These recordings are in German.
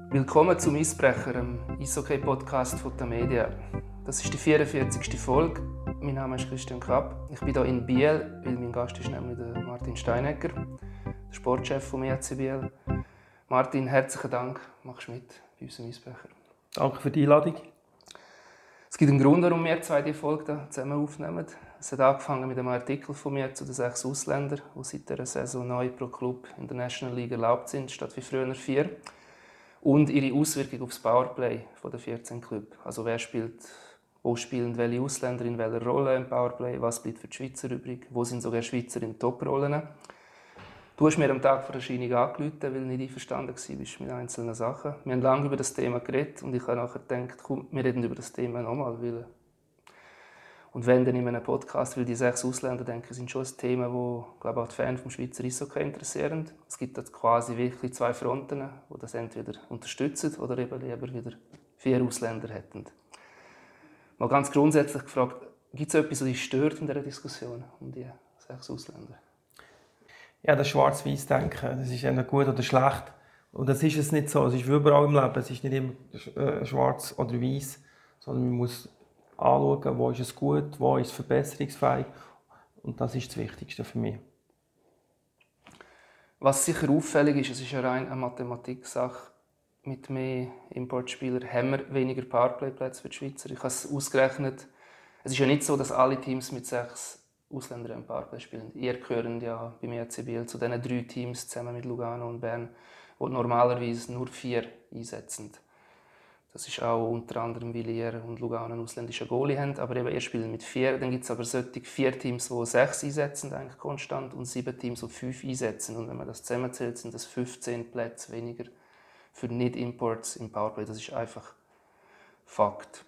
Willkommen zum Eisbrecher, dem Eishockey-Podcast von der Media. Das ist die 44. Folge. Mein Name ist Christian Kapp. Ich bin hier in Biel, weil mein Gast ist nämlich der Martin Steinegger, der Sportchef vom EHC Biel. Martin, herzlichen Dank, machst mit bei uns im Eisbrecher. Danke für die Einladung. Es gibt einen Grund, warum wir zwei diese Folge zusammen aufnehmen. Es hat angefangen mit einem Artikel von mir zu den 6 Ausländern, die seit dieser Saison neu pro Club in der National League erlaubt sind, statt wie früher 4. Und ihre Auswirkung auf das Powerplay der 14 Clubs. Also wer spielt, wo spielen welche Ausländer in welcher Rolle im Powerplay, was bleibt für die Schweizer übrig, wo sind sogar Schweizer in Top-Rollen. Du hast mir am Tag vor der Erscheinung angerufen, weil du nicht einverstanden warst mit einzelnen Sachen. Wir haben lange über das Thema geredet und ich habe nachher gedacht, komm, wir reden über das Thema nochmal. Und wenn dann in einem Podcast, weil die 6 Ausländer denken, sind schon ein Thema, das, glaube ich, auch die Fans vom Schweizer Eishockey interessieren. Es gibt jetzt quasi wirklich 2 Fronten, die das entweder unterstützen oder eben lieber wieder 4 Ausländer hätten. Mal ganz grundsätzlich gefragt, gibt es etwas, was dich stört in dieser Diskussion um die 6 Ausländer? Ja, das Schwarz-Weiß-Denken, das ist entweder gut oder schlecht. Und das ist es nicht so. Es ist wie überall im Leben. Es ist nicht immer schwarz oder weiß, sondern man muss anschauen, wo ist es gut, wo ist es verbesserungsfähig. Und das ist das Wichtigste für mich. Was sicher auffällig ist, es ist ja rein eine Mathematik-Sache. Mit mehr Importspielern haben wir weniger Powerplay-Plätze für die Schweizer. Ich habe es ausgerechnet. Es ist ja nicht so, dass alle Teams mit 6 Ausländern im Powerplay spielen. Ihr gehört ja beim EHC Biel zu diesen 3 Teams zusammen mit Lugano und Bern, die normalerweise nur 4 einsetzen. Das ist auch unter anderem, weil ihr und Lugano einen ausländischen Goalie haben. Aber eben, ihr spielt mit 4. Dann gibt es aber solche 4 Teams, die 6 einsetzen, eigentlich konstant, und 7 Teams, die 5 einsetzen. Und wenn man das zusammenzählt, sind das 15 Plätze weniger für Nicht-Imports im Powerplay. Das ist einfach Fakt.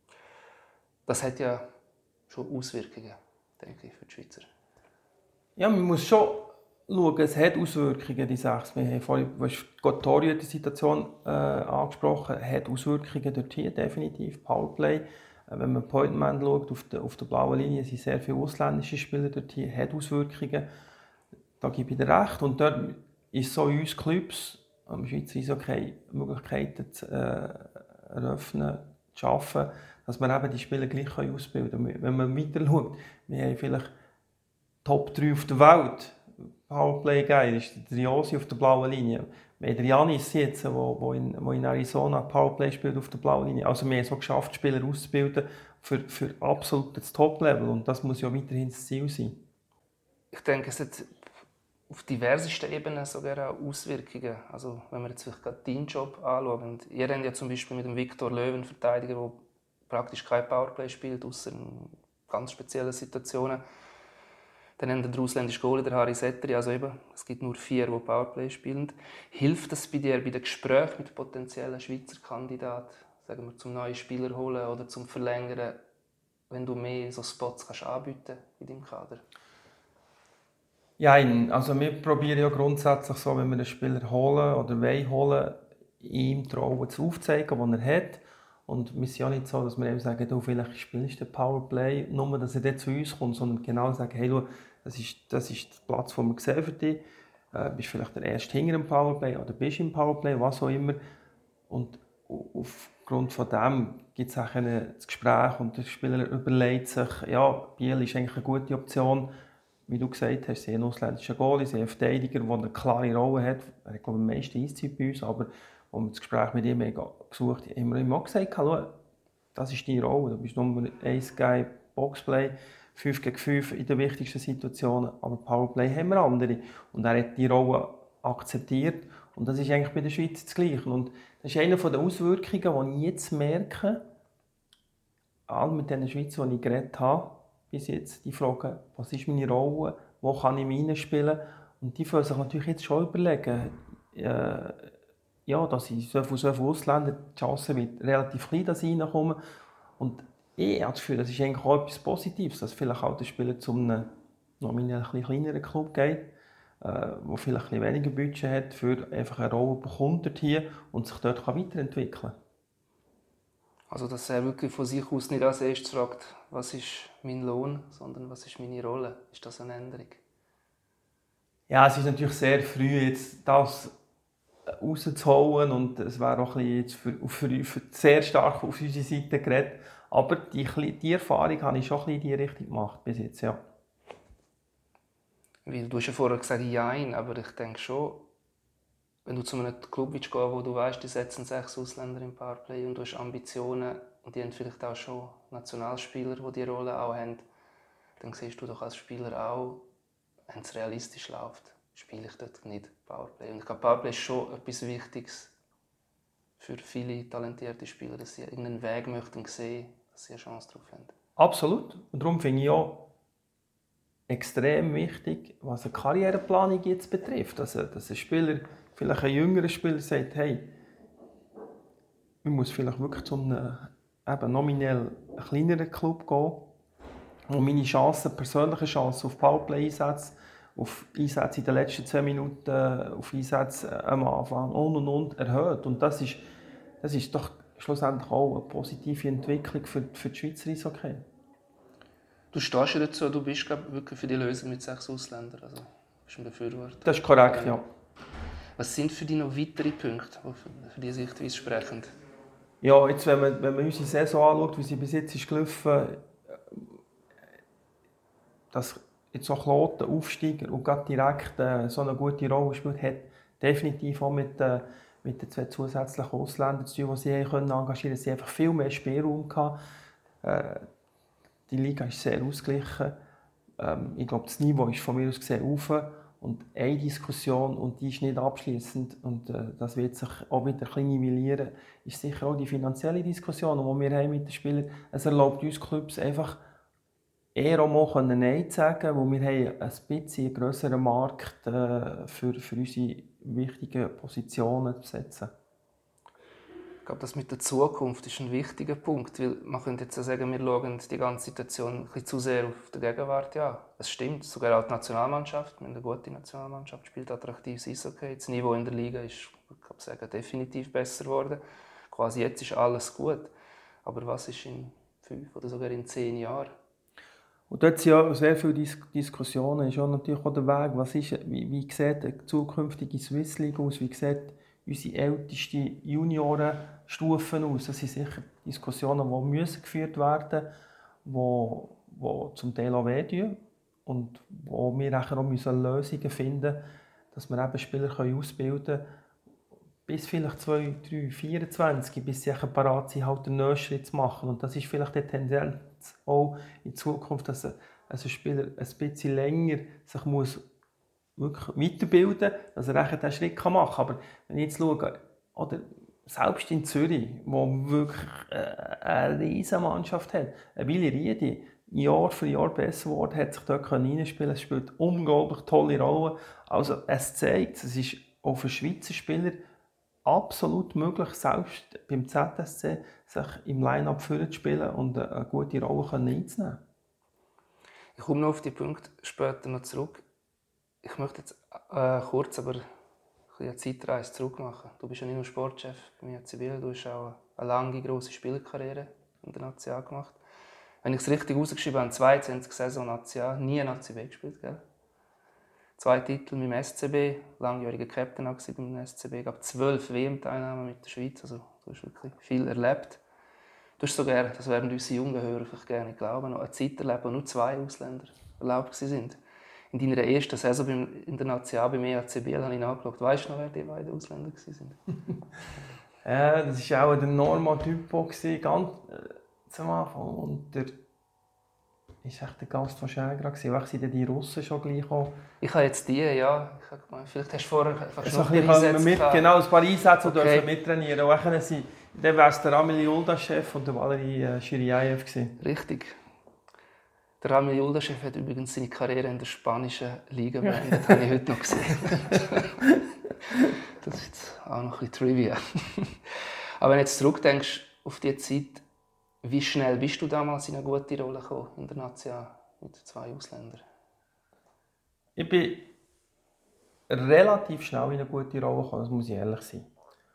Das hat ja schon Auswirkungen, denke ich, für die Schweizer. Ja, man muss schon schauen, es hat Auswirkungen, die 6. Wir haben vorhin die Torhüter-Situation angesprochen, hat Auswirkungen dort hier, definitiv. Powerplay, wenn man Pointman schaut, auf der blauen Linie sind sehr viele ausländische Spieler dort hier, hat Auswirkungen. Da gebe ich dir recht. Und dort ist so in uns Clubs, am Schweizer Eishockey, Möglichkeiten zu eröffnen, zu schaffen, dass man eben die Spieler gleich ausbilden kann. Wenn man weiter schaut, wir haben vielleicht Top 3 auf der Welt. Powerplay geil ist der Josi auf der blauen Linie. Wir haben den Janis jetzt, der in Arizona Powerplay spielt auf der blauen Linie. Also wir haben es so geschafft, Spieler auszubilden für absolut das Top-Level. Und das muss ja weiterhin das Ziel sein. Ich denke, es hat auf diversesten Ebenen sogar auch Auswirkungen. Also wenn wir jetzt gerade deinen Job anschauen. Ihr habt ja zum Beispiel mit dem Viktor Löwen einen Verteidiger, der praktisch kein Powerplay spielt, außer in ganz speziellen Situationen. Dann haben wir den ausländischen Goalie, der Harry Setteri. Also eben, es gibt nur 4, die Powerplay spielen. Hilft das bei dir bei den Gesprächen mit potenziellen Schweizer Kandidaten, sagen wir, zum neuen Spieler holen oder zum Verlängern, wenn du mehr so Spots kannst anbieten in deinem Kader? Ja, also wir probieren ja grundsätzlich so, wenn wir einen Spieler holen oder holen, ihm trauen zu aufzeigen, was er hat. Und wir sind ja nicht so, dass wir ihm sagen, du, vielleicht spielst du den Powerplay, nur dass er dann zu uns kommt, sondern genau sagen, hey, schau, das ist der Platz, den wir sehen für dich. Bist vielleicht der Erste hinter dem Powerplay oder bist im Powerplay, was auch immer. Und aufgrund von dem gibt es auch ein Gespräch und der Spieler überlegt sich, ja, Biel ist eigentlich eine gute Option. Wie du gesagt hast, sie haben einen ausländischen Goalie, sie haben einen Verteidiger, der eine klare Rolle hat. Er hat, glaube ich, am meisten Eiszeit bei uns, aber als wir das Gespräch mit ihm gesucht haben, haben wir ihm auch gesagt, schau, das ist deine Rolle. Du bist Nummer 1 Guy, Boxplay, 5 gegen 5 in den wichtigsten Situationen, aber Powerplay haben wir andere. Und er hat die Rolle akzeptiert und das ist eigentlich bei der Schweiz das Gleiche. Und das ist eine der Auswirkungen, die ich jetzt merke, all mit den Schweizern, die ich geredet habe, bis jetzt, die fragen, was ist meine Rolle, wo kann ich mich hineinspielen? Und die können sich natürlich jetzt schon überlegen, ja, dass ich so viele Ausländer, die Chance wird relativ klein, dass ich reinkomme. Und ich habe das Gefühl, das ist eigentlich auch etwas Positives, dass vielleicht auch der Spieler zu einem nominell ein kleineren Club geht, der vielleicht ein weniger Budget hat, für einfach eine Rolle bekommt dort hier und sich dort weiterentwickeln kann. Also dass er wirklich von sich aus nicht als erstes fragt, was ist mein Lohn, sondern was ist meine Rolle? Ist das eine Änderung? Ja, es ist natürlich sehr früh, jetzt das rauszuholen und es wäre auch ein bisschen für sehr stark auf unsere Seite geredet. Aber die Erfahrung habe ich schon ein bisschen in die Richtung gemacht bis jetzt, ja. Weil du hast ja vorher gesagt, nein, aber ich denke schon, wenn du zu einem Club willst gehen, wo du weißt, die setzen 6 Ausländer im Powerplay und du hast Ambitionen und die haben vielleicht auch schon Nationalspieler, die diese Rolle auch haben, dann siehst du doch als Spieler auch, wenn es realistisch läuft, spiele ich dort nicht Powerplay. Und ich glaube, Powerplay ist schon etwas Wichtiges für viele talentierte Spieler, dass sie irgendeinen Weg möchten sehen, dass sie eine Chance darauf haben. Absolut. Und darum finde ich auch extrem wichtig, was eine Karriereplanung jetzt betrifft. Dass ein Spieler, vielleicht ein jüngerer Spieler, sagt, hey, man muss vielleicht wirklich zu einem eben nominell kleineren Club gehen, wo meine persönliche Chancen auf Powerplay-Einsätze, auf Einsätze in den letzten 10 Minuten, auf Einsätze am Anfang und erhöht. Und das ist doch schlussendlich auch eine positive Entwicklung für die Schweizer Eishockey. Du stehst ja dazu, du bist wirklich für die Lösung mit 6 Ausländern, also bist ein Befürworter. Das ist korrekt, ja. Was sind für dich noch weitere Punkte, die für diese Sichtweise sprechen? Ja, jetzt, wenn man unsere Saison anschaut, wie sie bis jetzt ist gelaufen, dass jetzt auch Kloten, Aufsteiger und gerade direkt so eine gute Rolle spielt, hat definitiv auch mit den 2 zusätzlichen Ausländern zu tun, die sie engagieren können. Sie haben einfach viel mehr Spielraum gehabt. Die Liga ist sehr ausgeglichen. Ich glaube, das Niveau ist von mir aus gesehen rauf. Und eine Diskussion, und die ist nicht abschliessend, und das wird sich auch wieder ein bisschen nivellieren, ist sicher auch die finanzielle Diskussion, die wir haben mit den Spielern. Es erlaubt uns Clubs einfach eher auch mal Nein zu sagen, weil wir haben ein bisschen grösseren Markt für unsere wichtigen Positionen zu besetzen. Ich glaube, das mit der Zukunft ist ein wichtiger Punkt, weil man könnte jetzt sagen, wir schauen die ganze Situation ein bisschen zu sehr auf die Gegenwart. Ja, es stimmt, sogar auch die Nationalmannschaft, eine gute Nationalmannschaft spielt attraktives Eishockey. Das Niveau in der Liga ist, ich glaube, sagen, definitiv besser geworden. Quasi jetzt ist alles gut. Aber was ist in 5 oder sogar in 10 Jahren? Und dort sind ja sehr viele Diskussionen. Ist auch natürlich auch der Weg, wie sieht eine zukünftige Swiss League aus, wie sieht unsere älteste Juniorenstufen aus. Das sind sicher Diskussionen, die geführt werden müssen, die zum Teil auch wehtun und wo wir nachher auch Lösungen finden müssen, dass wir eben Spieler ausbilden können, bis vielleicht 2, 3, 24, bis sie parat sind, halt den nächsten Schritt zu machen. Und das ist vielleicht die Tendenz auch in Zukunft, dass ein Spieler ein bisschen länger sich muss wirklich weiterbilden muss, dass er diesen Schritt machen kann. Aber wenn ich jetzt schaue, oder selbst in Zürich, wo wirklich eine riesige Mannschaft hat, ein Willi Riedi, Jahr für Jahr besser geworden, hat sich dort reinspielen. Es spielt unglaublich tolle Rolle. Also es zeigt, es ist auch für Schweizer Spieler absolut möglich, selbst beim ZSC sich im Line-Up zu spielen und eine gute Rolle einzunehmen. Ich komme noch auf die Punkte später noch zurück. Ich möchte jetzt kurz aber eine Zeitreise zurück machen. Du bist ja nicht nur Sportchef bei mir in Biel, du hast auch eine lange, grosse Spielerkarriere in der National gemacht. Wenn ich es richtig rausgeschrieben habe, 22 Saison National, nie Nazi B gespielt, gell? 2 Titel mit dem SCB, langjähriger Captain beim SCB, gab 12 WM-Teilnahmen mit der Schweiz, also du hast wirklich viel erlebt. Du hast sogar, das werden unsere jungen Hörer vielleicht gerne glauben, noch eine Zeit erlebt, wo nur 2 Ausländer erlaubt waren. In deiner ersten Saison in der National beim EAC Biel habe ich nachgeschaut. Weißt du noch, wer die beiden Ausländer waren? Das war auch der Norma Typo, ganz am Anfang. Und der ist echt der Gast von Schäger. Sind die Russen schon gleich gekommen? Ich habe jetzt die, ja. Vielleicht hast du vorher so ein paar genau, ein paar Einsätze dürfen mittrainieren. Und dann war es der Ramil Yuldaschew und der Valery Shiryaev. Richtig. Der Ramil Yuldaschew hat übrigens seine Karriere in der spanischen Liga beendet. Das habe ich heute noch gesehen. Das ist jetzt auch noch ein bisschen Trivia. Aber wenn du jetzt zurückdenkst auf die Zeit, wie schnell bist du damals in eine gute Rolle gekommen in der National mit 2 Ausländern? Ich bin relativ schnell in eine gute Rolle gekommen, das muss ich ehrlich sein.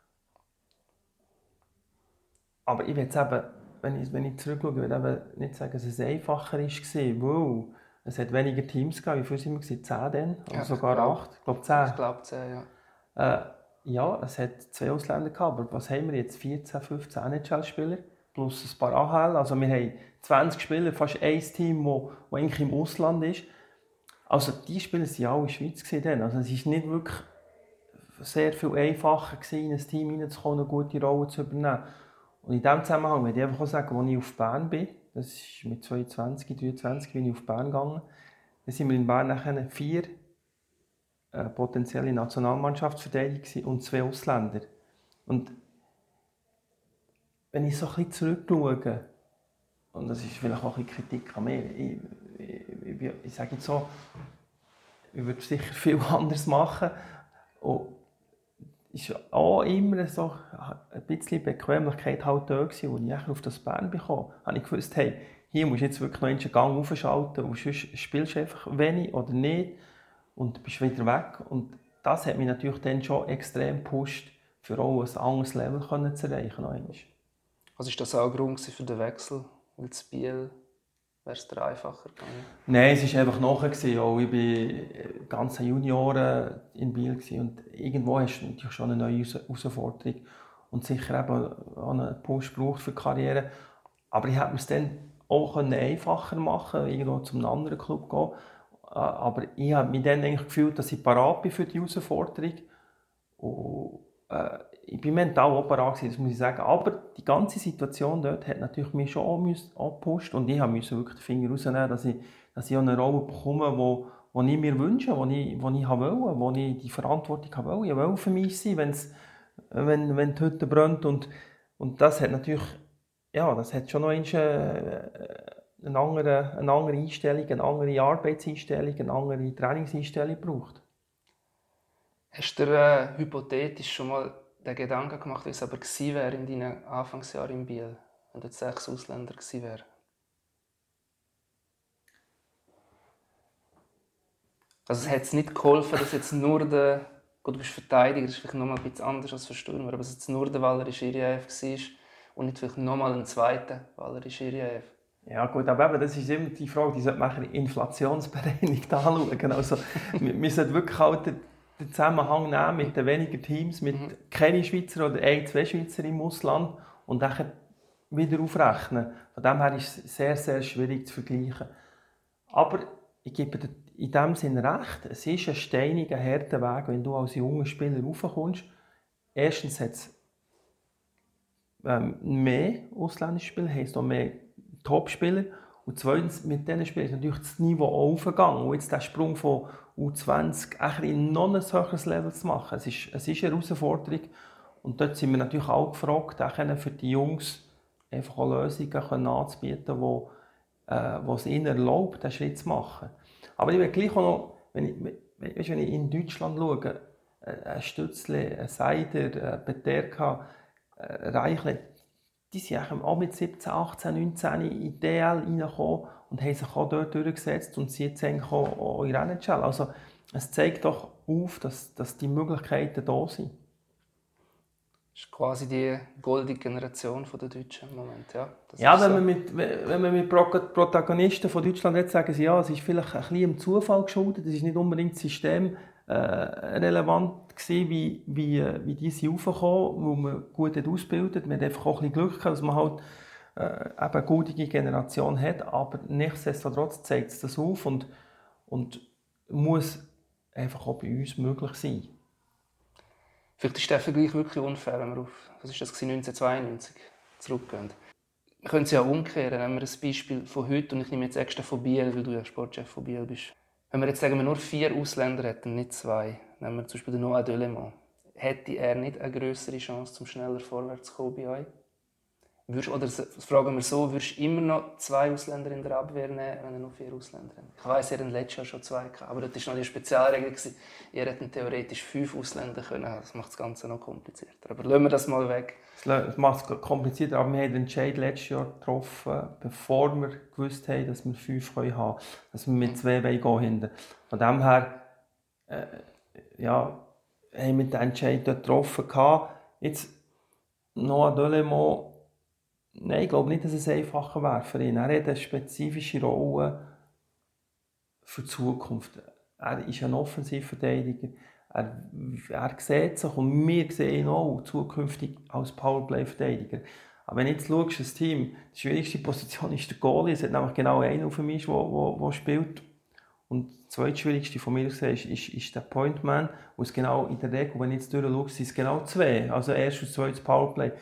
Aber ich will jetzt eben, wenn ich zurückschaue, will ich nicht sagen, dass es einfacher war, weil es hat weniger Teams gab. Wie viele waren wir? 10 dann? Oder ja, sogar 8? Ich glaube 10. Ich glaube 10, ja. Ja, es hat 2 Ausländer gehabt, aber was haben wir jetzt? 14, 15 NHL-Spieler plus ein paar AHL. Also wir haben 20 Spieler, fast ein Team, das eigentlich im Ausland ist. Also die Spieler waren alle in der Schweiz dann. Also es war nicht wirklich sehr viel einfacher gewesen, in ein Team hineinzukommen und eine gute Rolle zu übernehmen. Und in diesem Zusammenhang möchte ich einfach auch sagen, als ich auf Bern bin, das ist mit 22, 23 bin ich auf Bern gegangen, dann sind wir in Bern nachher 4 potenzielle Nationalmannschaftsverteidiger und 2 Ausländer. Und wenn ich so ein bisschen zurückschaue, und das ist vielleicht auch ein bisschen Kritik an mir, ich sage jetzt so, ich würde sicher viel anders machen. Und es war auch immer so ein bisschen Bequemlichkeit halt da gewesen, als ich auf das Bern bekam. Habe ich gewusst, hey, hier musst du jetzt wirklich noch einen Gang aufschalten und sonst spielst du einfach wenig oder nicht und bist wieder weg. Und das hat mich natürlich dann schon extrem gepusht, für auch ein anderes Level zu erreichen. Also ist das auch ein Grund für den Wechsel? Weil zu Biel wäre es dir einfacher gegangen? Nein, es war einfach nachher. Ich war ganze Junioren in Biel und irgendwo hast du natürlich schon eine neue Herausforderung und sicher eben auch einen Push gebraucht für die Karriere. Aber ich konnte es dann auch einfacher machen, irgendwo zu einem anderen Club gehen. Aber ich habe mich dann eigentlich gefühlt, dass ich parat bin für die Herausforderung. Und, ich bin mental auch parat, das muss ich sagen. Aber die ganze Situation dort hat natürlich mich schon auch gepusht. Und ich musste wirklich den Finger rausnehmen, dass ich auch eine Rolle bekomme, die ich mir wünsche, die ich wollte, wo ich die Verantwortung wollte. Ich wollte für mich sein, wenn die Hütte brennt. Und das hat natürlich, ja, das hat schon noch eine andere Einstellung, eine andere Arbeitseinstellung, eine andere Trainingseinstellung gebraucht. Hast du dir hypothetisch schon mal den Gedanken gemacht, wie es aber gewesen wäre in deinen Anfangsjahren in Biel, wenn dort 6 Ausländer gewesen wären? Also es hat es nicht geholfen, dass jetzt nur der, gut, du bist Verteidiger, das ist vielleicht nochmal ein bisschen anders als für Stürmer, aber dass jetzt nur der Valeri Chiriev war und nicht vielleicht nochmal ein zweiter Valeri Chiriev. Ja gut, aber eben, das ist immer die Frage, die sollte man inflationsbereinigt anschauen. Also, wir sollten wirklich halt den Zusammenhang nehmen mit den wenigen Teams, mit keinen Schweizer oder 1, 2 Schweizer im Ausland und dann wieder aufrechnen. Von dem her ist es sehr, sehr schwierig zu vergleichen. Aber ich gebe dir in dem Sinne recht, es ist ein steiniger, harter Weg, wenn du als junger Spieler raufkommst. Erstens hat es mehr ausländische Spieler, heisst auch mehr Topspieler. Und zweitens, mit diesen Spielern ist natürlich das Niveau aufgegangen. Und jetzt den Sprung von U20 in noch ein höheres Level zu machen, es ist eine Herausforderung. Und dort sind wir natürlich auch gefragt, auch für die Jungs einfach auch Lösungen anzubieten, die es ihnen erlaubt, diesen Schritt zu machen. Aber ich will gleich auch noch, wenn ich in Deutschland schaue, ein Stützle, ein Seider, ein Peterka, Reichle, die sind auch mit 17, 18, 19 in die DL reingekommen und haben sich auch dort durchgesetzt und sind jetzt eigentlich auch in der NHL. Also es zeigt doch auf, dass die Möglichkeiten da sind. Das ist quasi die goldige Generation der Deutschen im Moment. Ja, ja wenn man mit Protagonisten von Deutschland redet, sagen sie, ja, es ist vielleicht ein bisschen im Zufall geschuldet, es ist nicht unbedingt das System relevant gewesen, wie die sind raufgekommen, wo man gut ausbildet. Man hat einfach auch ein bisschen Glück gehabt, dass man halt eine gute Generation hat, aber nichtsdestotrotz zeigt es das auf und muss einfach auch bei uns möglich sein. Vielleicht ist der Vergleich wirklich unfair, wenn wir auf 1992 zurückgehen. Wir können es ja umkehren, nehmen wir ein Beispiel von heute und ich nehme jetzt extra von Biel, weil du ja Sportchef von Biel bist. Wenn wir jetzt sagen, wir nur 4 Ausländer hätten, nicht 2, nehmen wir zum Beispiel den Noah Delémont, hätte er nicht eine grössere Chance, zum schneller vorwärts zu kommen bei euch? Oder fragen wir so, würdest du immer noch 2 Ausländer in der Abwehr nehmen, wenn er noch 4 Ausländer hat? Ich weiss, ihr hatten letztes Jahr schon 2 gehabt, aber das war noch die Spezialregel. Ihr hättet theoretisch 5 Ausländer können. Das macht das Ganze noch komplizierter. Aber lassen wir das mal weg. Das macht es komplizierter, aber wir haben den Entscheid letztes Jahr getroffen, bevor wir gewusst haben, dass wir 5 haben können, dass wir mit 2 gehen hinten. Von dem her haben wir den Entscheid dort getroffen. Jetzt Noah Delémont, nein, ich glaube nicht, dass es einfacher wäre für ihn. Er hat eine spezifische Rolle für die Zukunft. Er ist ein Offensivverteidiger. Er sieht sich und wir sehen ihn auch zukünftig als Powerplay-Verteidiger. Aber wenn du jetzt schaust, das Team, die schwierigste Position ist der Goalie. Es hat nämlich genau einen auf mich, der spielt. Und die zweitschwierigste von mir gesehen ist der Pointman. Und es genau in der Regel, wenn du jetzt durchschaust, sind es genau zwei. Also erstes und zweites Powerplay.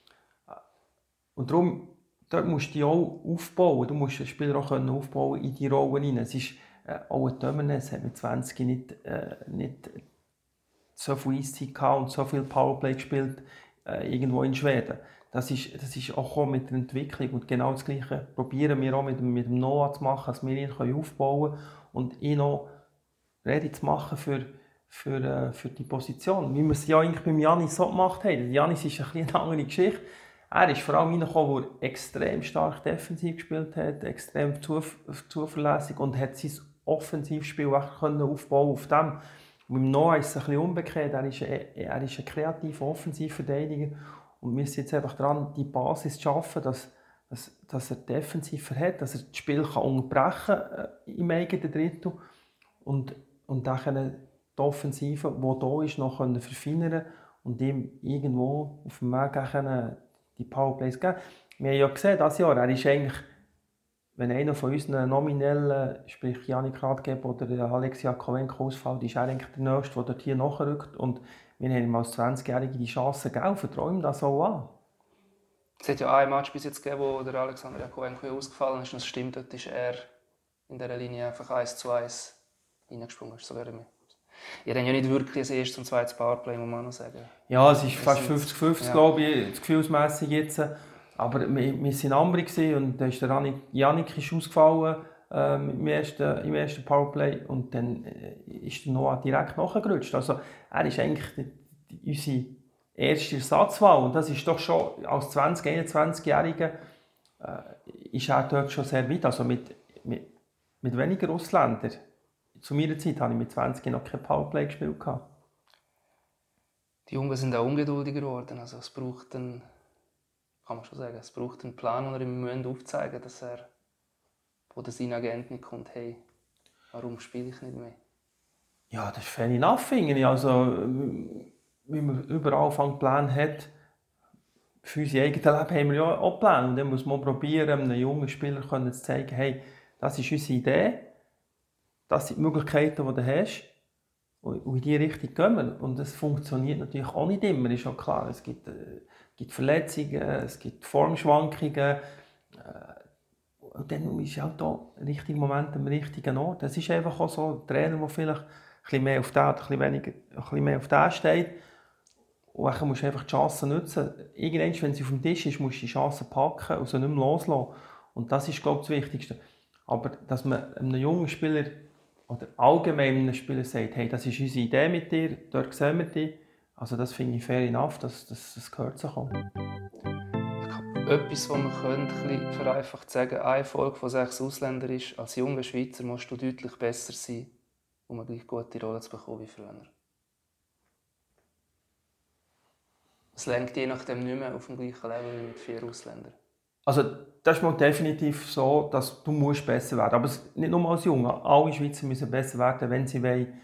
Und darum, dort musst du dich auch aufbauen. Du musst den Spieler auch aufbauen in die Rollen hinein. Es ist auch ein Tömernes hat mit 20 nicht so viel Eiszeit gehabt und so viel Powerplay gespielt irgendwo in Schweden. Das ist auch mit der Entwicklung und genau das Gleiche probieren wir auch mit dem Noah zu machen, dass wir ihn aufbauen können und ihn auch ready zu machen für die Position. Wie wir es ja eigentlich beim Giannis so gemacht haben. Giannis ist eine andere Geschichte. Er ist vor allem reingekommen, weil er extrem stark defensiv gespielt hat, extrem zuverlässig und hat sein Offensivspiel aufbauen auf dem. Und beim Noah ist es ein bisschen umgekehrt. Er ist ein kreativer Offensivverteidiger. Und wir sind jetzt einfach dran, die Basis zu schaffen, dass er defensiv hat, dass er das Spiel unterbrechen kann im eigenen Drittel und dann die Offensive, die da ist, noch verfeinern und ihm irgendwo auf dem Weg die Powerplays geben. Wir haben ja gesehen, dieses Jahr, er ist eigentlich, wenn einer von unseren Nominellen, sprich Yannick Radgeber oder Alex Jakovenko ausfällt, ist er eigentlich der Nächste, der dort hier nachrückt. Und wir haben ihm als 20-Jährige die Chance gegeben, vertrauen ihm das auch an. Es hat ja ein Match bis jetzt gegeben, wo der Alexander Jakovenko ausgefallen ist. Und es stimmt, dort ist er in dieser Linie einfach 1:1 reingesprungen. So wäre mir. Ihr habt ja nicht wirklich ein erstes und zweites Powerplay, muss man noch sagen. Ja, es ist fast 50-50, glaube ich, gefühlsmässig jetzt. Aber wir waren Ambri und dann ist der Yannick ausgefallen im ersten Powerplay und dann ist der Noah direkt nachgerutscht. Also er ist eigentlich unsere erste Ersatzwahl und das ist doch schon als 20-21-Jähriger ist er dort schon sehr weit. Also mit weniger Ausländern. Zu meiner Zeit habe ich mit 20 noch kein Powerplay gespielt. Die Jungen sind auch ungeduldiger geworden. Also es braucht einen Plan, den er im Moment aufzeigen muss, dass er, wo sein Agent nicht kommt, hey, warum spiele ich nicht mehr? Ja, das ist fair enough, finde ich. Also, wie man überall einen Plan hat, für unser eigenes Leben haben wir ja auch Pläne. Und dann muss man probieren, einem jungen Spieler zu zeigen, hey, das ist unsere Idee, das sind die Möglichkeiten, die du hast. Und in diese Richtung gehen wir. Und das funktioniert natürlich auch nicht immer, ist auch klar. Es gibt Verletzungen, es gibt Formschwankungen. Und dann ist auch da der richtige Moment am richtigen Ort. Das ist einfach auch so ein Trainer, der vielleicht ein bisschen mehr auf den, ein bisschen mehr auf den steht. Und dann musst du einfach die Chance nutzen. Irgendwann, wenn sie auf dem Tisch ist, musst du die Chance packen und sie nicht mehr loslassen. Und das ist, glaube ich, das Wichtigste. Aber dass man einem jungen Spieler oder allgemein einem Spieler sagt, hey, das ist unsere Idee mit dir, dort sehen wir dich. Also das finde ich fair enough, das gehört sich auch. Etwas, was man könnte, vereinfacht sagen, eine Folge von 6 Ausländern ist, als junger Schweizer musst du deutlich besser sein, um eine gleich gute Rolle zu bekommen wie früher. Es lenkt je nachdem nicht mehr auf dem gleichen Level wie mit 4 Ausländern. Also das ist mal definitiv so, dass du musst besser werden musst. Aber nicht nur als Junge, alle Schweizer müssen besser werden, wenn sie wollen,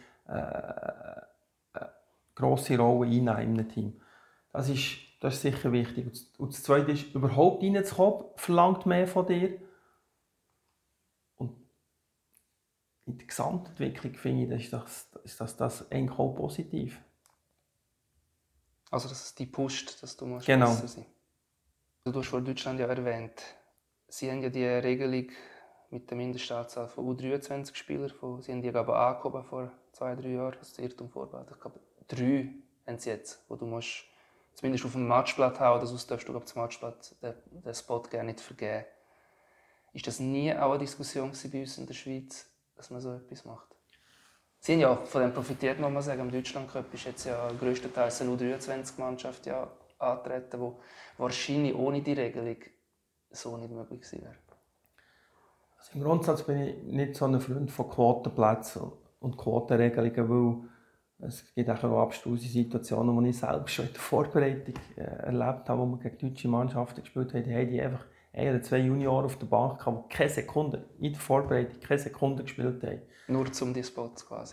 grosse Rollen einnehmen in einem Team. Das ist sicher wichtig. Und das Zweite ist, überhaupt reinzukommen, verlangt mehr von dir. Und in der Gesamtentwicklung finde ich, ist das eigentlich auch positiv. Also dass es dich pusht, dass du besser sein musst. Du hast vor Deutschland ja erwähnt, sie haben ja die Regelung mit der Mindestanzahl von U23-Spielern, sie haben die aber angehoben vor 2-3 Jahren, das Irrtum vorbereitet. Ich glaube, 3 haben sie jetzt, wo du musst zumindest auf dem Matchblatt haben, oder sonst darfst du auf dem Matchblatt den Spot gerne nicht vergeben. Ist das nie auch eine Diskussion bei uns in der Schweiz, dass man so etwas macht? Sie haben ja von dem profitiert, muss man sagen. Im Deutschland-Cup ist jetzt ja grösstenteils eine U23-Mannschaft ja antreten, die wahrscheinlich ohne die Regelung so nicht möglich gewesen wäre. Also im Grundsatz bin ich nicht so ein Freund von Quotenplätzen und Quotenregelungen, weil es gibt auch abstruse Situationen, die ich selbst schon in der Vorbereitung erlebt habe, wo wir gegen deutsche Mannschaften gespielt haben. Die einfach 1 oder 2 Junioren auf der Bank hatten, die keine Sekunde in der Vorbereitung keine Sekunde gespielt haben. Nur zum die Spots quasi?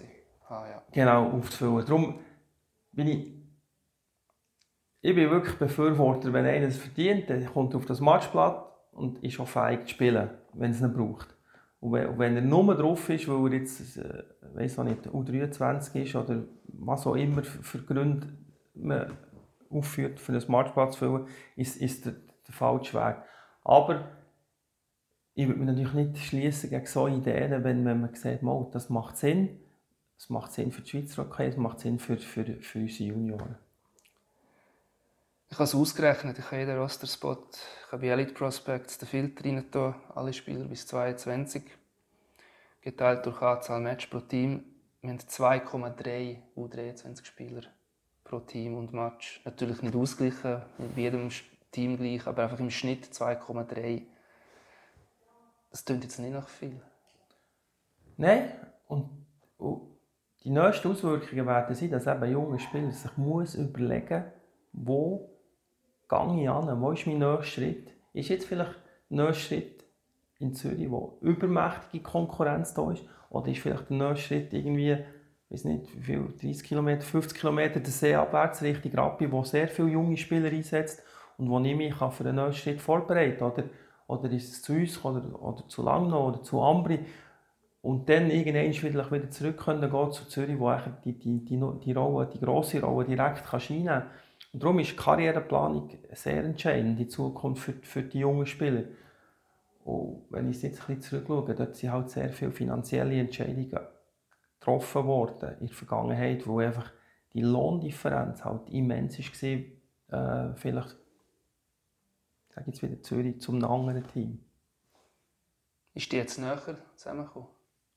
Ja. Genau, aufzufüllen. Darum bin ich bin wirklich Befürworter, wenn einer es verdient, dann kommt er auf das Matchblatt und ist auch fähig zu spielen, wenn es ihn braucht. Und wenn er nur drauf ist, weil er jetzt, weiss auch nicht, U23 ist oder was auch immer für Gründe man aufführt, für ein Matchblatt zu füllen, ist der falsche Weg. Aber ich würde mich natürlich nicht schließen gegen solche Ideen, wenn man sieht, das macht Sinn. Es macht Sinn für die Schweizer Hockey, es macht Sinn für unsere Junioren. Ich habe es ausgerechnet, ich habe jeden Roster-Spot, ich habe bei Elite Prospects den Filter rein getan, alle Spieler bis 22, geteilt durch Anzahl Match pro Team. Wir haben 2,3 U23-Spieler pro Team und Match. Natürlich nicht ausgeglichen, nicht bei jedem Team gleich, aber einfach im Schnitt 2,3. Das klingt jetzt nicht nach viel. Nein, und die nächsten Auswirkungen werden sein, dass eben junge Spieler sich überlegen müssen, wo gehe ich an, wo ist mein nächster Schritt? Ist jetzt vielleicht der nächste Schritt in Zürich, wo übermächtige Konkurrenz da ist? Oder ist vielleicht der nächste Schritt irgendwie, ich weiß nicht, wie viel, 30 km, 50 km der See abwärts Richtung Rappi, wo sehr viele junge Spieler einsetzt und wo ich mich für den nächsten Schritt vorbereiten kann? Oder ist es zu uns oder zu Langnau oder zu Ambri? Und dann irgendwann wieder zurück können gehen zu Zürich, wo die grosse Rolle direkt einnehmen kann. Und darum ist die Karriereplanung sehr entscheidend in Zukunft für die jungen Spieler. Und wenn ich jetzt ein bisschen zurückschaue, dort sind halt sehr viele finanzielle Entscheidungen getroffen worden in der Vergangenheit, wo einfach die Lohndifferenz halt immens war, vielleicht, sage ich jetzt wieder Zürich, zum anderen Team. Ist die jetzt näher zusammengekommen?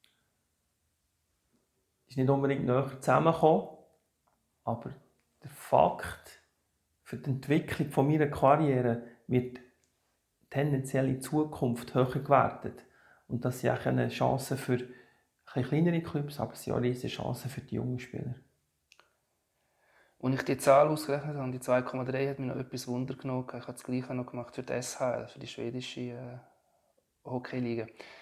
Ist nicht unbedingt näher zusammengekommen, aber der Fakt für die Entwicklung von meiner Karriere wird tendenziell in Zukunft höher gewertet. Und das ist auch eine Chance für kleinere Clubs, aber es sind auch riesige Chancen für die jungen Spieler. Als ich die Zahl ausgerechnet habe, die 2,3, hat mich noch etwas Wunder genommen. Ich habe das Gleiche noch gemacht für die SHL, für die schwedische Hockeyliga.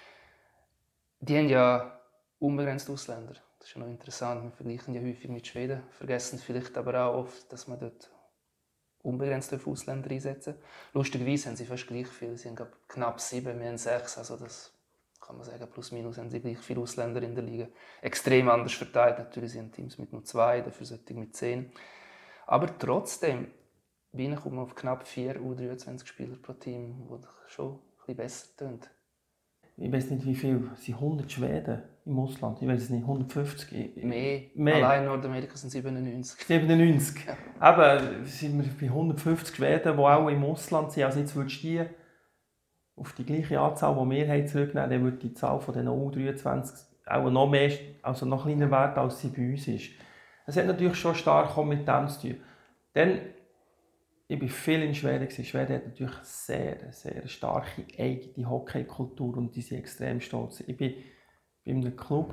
Die haben ja unbegrenzt Ausländer. Das ist ja noch interessant. Wir vergleichen ja häufig mit Schweden, vergessen vielleicht aber auch oft, dass man dort unbegrenzt Ausländer einsetzen darf. Lustigerweise haben sie fast gleich viel. Sie haben knapp 7, wir haben 6. Also das kann man sagen, plus minus haben sie gleich viele Ausländer in der Liga. Extrem anders verteilt. Natürlich sind Teams mit nur 2, dafür solche mit 10. Aber trotzdem bin ich auf knapp 4 U23-Spieler pro Team, was schon ein bisschen besser tönt. Ich weiß nicht, wie viel. Es sind 100 Schweden im Ausland. Ich weiß es nicht, 150. Mehr. Allein in Nordamerika sind 97. 97. Ja. Eben sind wir bei 150 Schweden, die auch im Ausland sind. Also jetzt würdest du die auf die gleiche Anzahl, die wir haben, zurücknehmen, dann würde die Zahl von diesen U23 auch noch mehr, also noch kleiner werden, als sie bei uns ist. Es hat natürlich schon stark mit dem zu tun. Dann, ich war viel in Schweden. Schweden hat natürlich eine sehr starke eigene Hockeykultur und die sind extrem stolz. Ich war bei einem Club,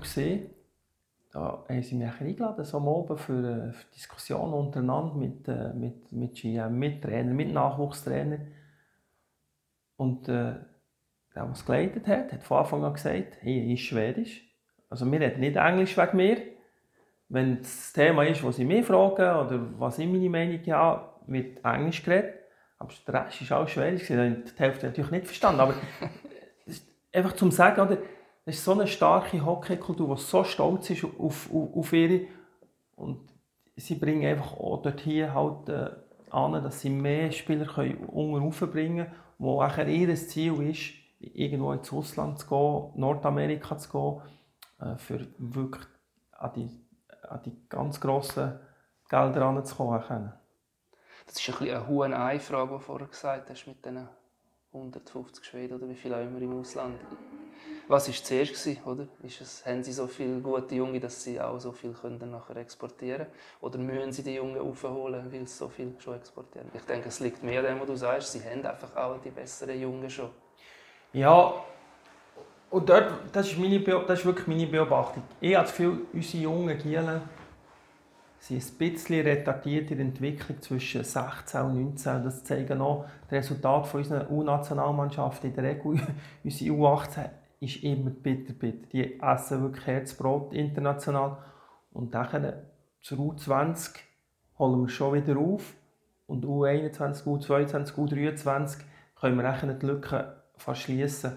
da haben sie mich eingeladen, so am Abend für Diskussionen untereinander mit GM, mit Trainern, mit Nachwuchstrainern. Und der es geleitet hat von Anfang an gesagt, hey, ich ist Schwedisch. Also wir reden nicht Englisch wegen mir. Wenn das Thema ist, was sie mich fragen oder was ich meine Meinung habe, wird Englisch geredet. Aber der Rest war auch Schwedisch. Die Hälfte natürlich nicht verstanden. Aber einfach zum Sagen, oder, das ist so eine starke Hockeykultur, die so stolz ist auf ihre. Und sie bringen einfach auch dort hier halt an, dass sie mehr Spieler unterbringen können, wo ihr Ziel ist, irgendwo ins Ausland zu gehen, Nordamerika zu gehen, für wirklich an die ganz grossen Gelder heranzukommen. Das ist ein bisschen eine Huhn-Ei-Frage, die du vorher gesagt hast, mit diesen 150 Schweden oder wie viele auch immer im Ausland. Was war zuerst, oder? Haben sie so viele gute Junge, dass sie auch so viel nachher exportieren können? Oder müssen sie die Jungen aufholen, weil sie so viel schon exportieren? Ich denke, es liegt mehr an dem, was du sagst. Sie haben einfach auch die besseren Jungen schon. Ja, und das ist wirklich meine Beobachtung. Ich habe das Gefühl, unsere jungen Gielen sind ein bisschen retardiert in der Entwicklung zwischen 16 und 19. Das zeigen auch die Resultate unserer U-Nationalmannschaft. In der Regel, unsere U18 ist immer bitter. Die essen wirklich Herzbrot international. Und dann zur U20 holen wir schon wieder auf. Und U21, U22, U23 können wir dann die Lücke fast schliessen.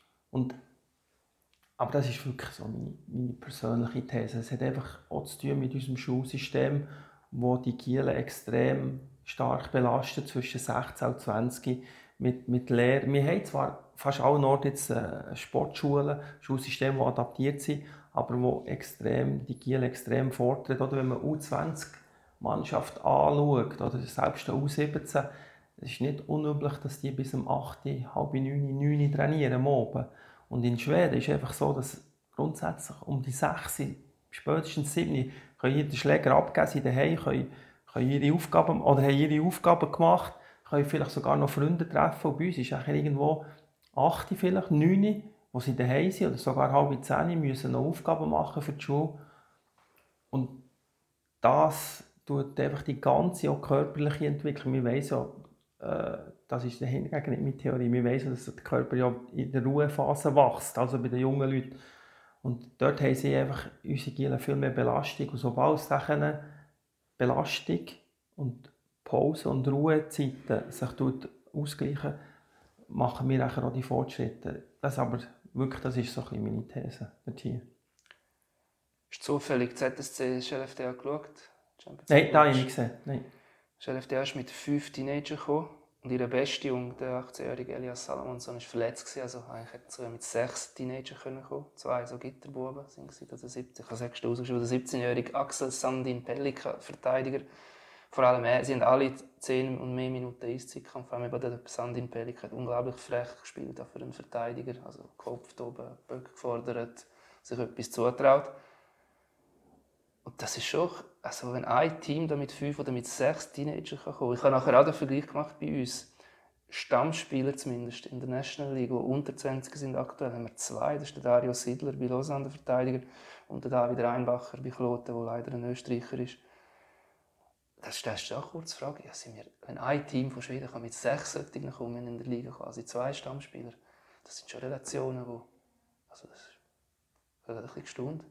Aber das ist wirklich so meine persönliche These. Es hat einfach auch zu tun mit unserem Schulsystem, wo die Gielen extrem stark belastet, zwischen 16 und 20 mit Lehre. Wir haben zwar fast alle Orte jetzt Sportschulen, Schulsysteme, die adaptiert sind, aber wo die Gielen extrem fordern. Oder wenn man U20-Mannschaft anschaut, oder selbst der U17, es ist nicht unüblich, dass die bis um 8, halb 9, 9 trainieren oben. Und in Schweden ist es einfach so, dass grundsätzlich um die 6, spätestens 7 können ihre Schläger abgeben, sie daheim können ihre Aufgaben oder haben ihre Aufgaben gemacht, können vielleicht sogar noch Freunde treffen. Und bei uns ist es irgendwo 8, vielleicht 9, wo sie daheim sind, oder sogar halb 10, müssen noch Aufgaben machen für die Schule. Und das tut einfach die ganze auch körperliche Entwicklung. Wir weiss ja, das ist hingegen nicht meine Theorie. Wir wissen, dass der Körper ja in der Ruhephase wächst, also bei den jungen Leuten. Und dort haben sie einfach unsere Gielen viel mehr Belastung. Und sobald es dann Belastung und Pause und Ruhezeiten sich ausgleichen, machen wir auch die Fortschritte. Das ist so ein bisschen meine These hier. Hast du zufällig ZSC LFDA geschaut? Nein, das habe ich nicht gesehen. Nein. LFDA ist mit 5 Teenagern gekommen und ihre beste Junge, der 18-jährige Elias Salomonsson, war verletzt. Also eigentlich hätten sie mit 6 Teenagern kommen können. 2 so Gitterbuben sind sie, oder 17. Ich habe 6 rausgeschrieben. Der 17-jährige Axel Sandin Pellika, Verteidiger. Vor allem, sie haben alle 10 und mehr Minuten Eiszeit gehabt. Vor allem der Sandin Pellika hat unglaublich frech gespielt, auch für einen Verteidiger. Also Kopf oben, Böck gefordert, sich etwas zutraut. Und das ist schon, also wenn ein Team da mit 5 oder mit 6 Teenagern kommen kann. Ich habe nachher auch den Vergleich gemacht bei uns. Stammspieler zumindest in der National League, die unter 20 sind aktuell, haben wir 2. Das ist der Dario Sidler bei Lausanne, der Verteidiger, und der David Reinbacher bei Kloten, der leider ein Österreicher ist. Das ist auch kurz die Frage. Ja, wenn ein Team von Schweden mit 6 solchen kommen in der Liga, quasi 2 Stammspieler, das sind schon Relationen, wo also das hat ein bisschen gestaunt.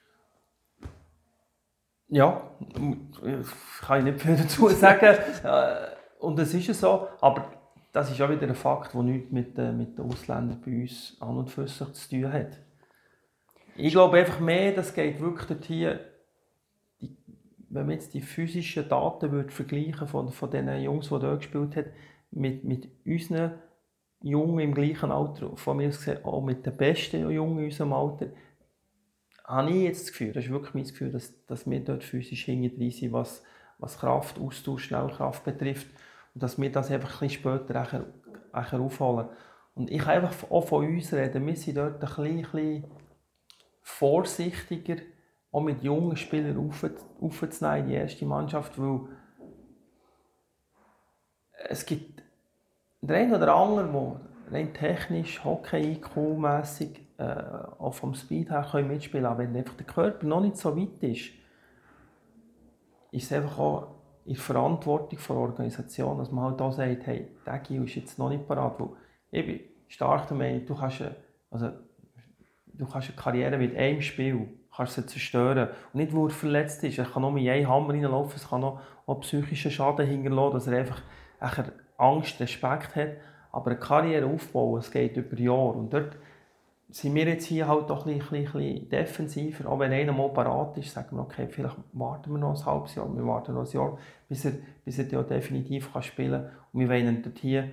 Ja, kann ich nicht viel dazu sagen. Und es ist so, aber das ist auch wieder ein Fakt, der nichts mit den Ausländern bei uns an und für sich zu tun hat. Ich glaube einfach mehr, das geht wirklich dorthin, wenn man jetzt die physischen Daten vergleichen von den Jungs, die dort gespielt haben, mit unseren Jungen im gleichen Alter, von mir aus gesehen, auch mit den besten Jungen in unserem Alter, habe ich jetzt das Gefühl, das ist wirklich mein Gefühl, dass wir dort physisch hinten drin sind, was Kraft, Austausch, Schnellkraft betrifft. Und dass wir das einfach ein bisschen später aufholen. Und ich kann einfach auch von uns reden, wir sind dort ein bisschen vorsichtiger, auch mit jungen Spielern aufzunehmen in die erste Mannschaft, weil es gibt den einen oder anderen, der rein technisch, Hockey-IQ-mässig, auch vom Speed her mitspielen können. Aber wenn einfach der Körper noch nicht so weit ist es einfach auch in der Verantwortung der Organisation, dass man halt auch sagt, hey, der Gil ist jetzt noch nicht parat. Ich bin stark der Meinung, du kannst eine Karriere mit einem Spiel sie zerstören. Und nicht, weil er verletzt ist. Er kann nur mit einem Hammer reinlaufen, es kann auch psychischen Schaden hinterlassen, dass er einfach Angst, Respekt hat. Aber eine Karriere aufbauen, es geht über Jahre. Und dort sind wir jetzt hier halt doch ein bisschen defensiver. Auch wenn einer mal parat ist, sagen wir, okay, vielleicht warten wir noch ein halbes Jahr, wir warten noch ein Jahr, bis er ja definitiv spielen kann. Und wir wollen ihn dort hier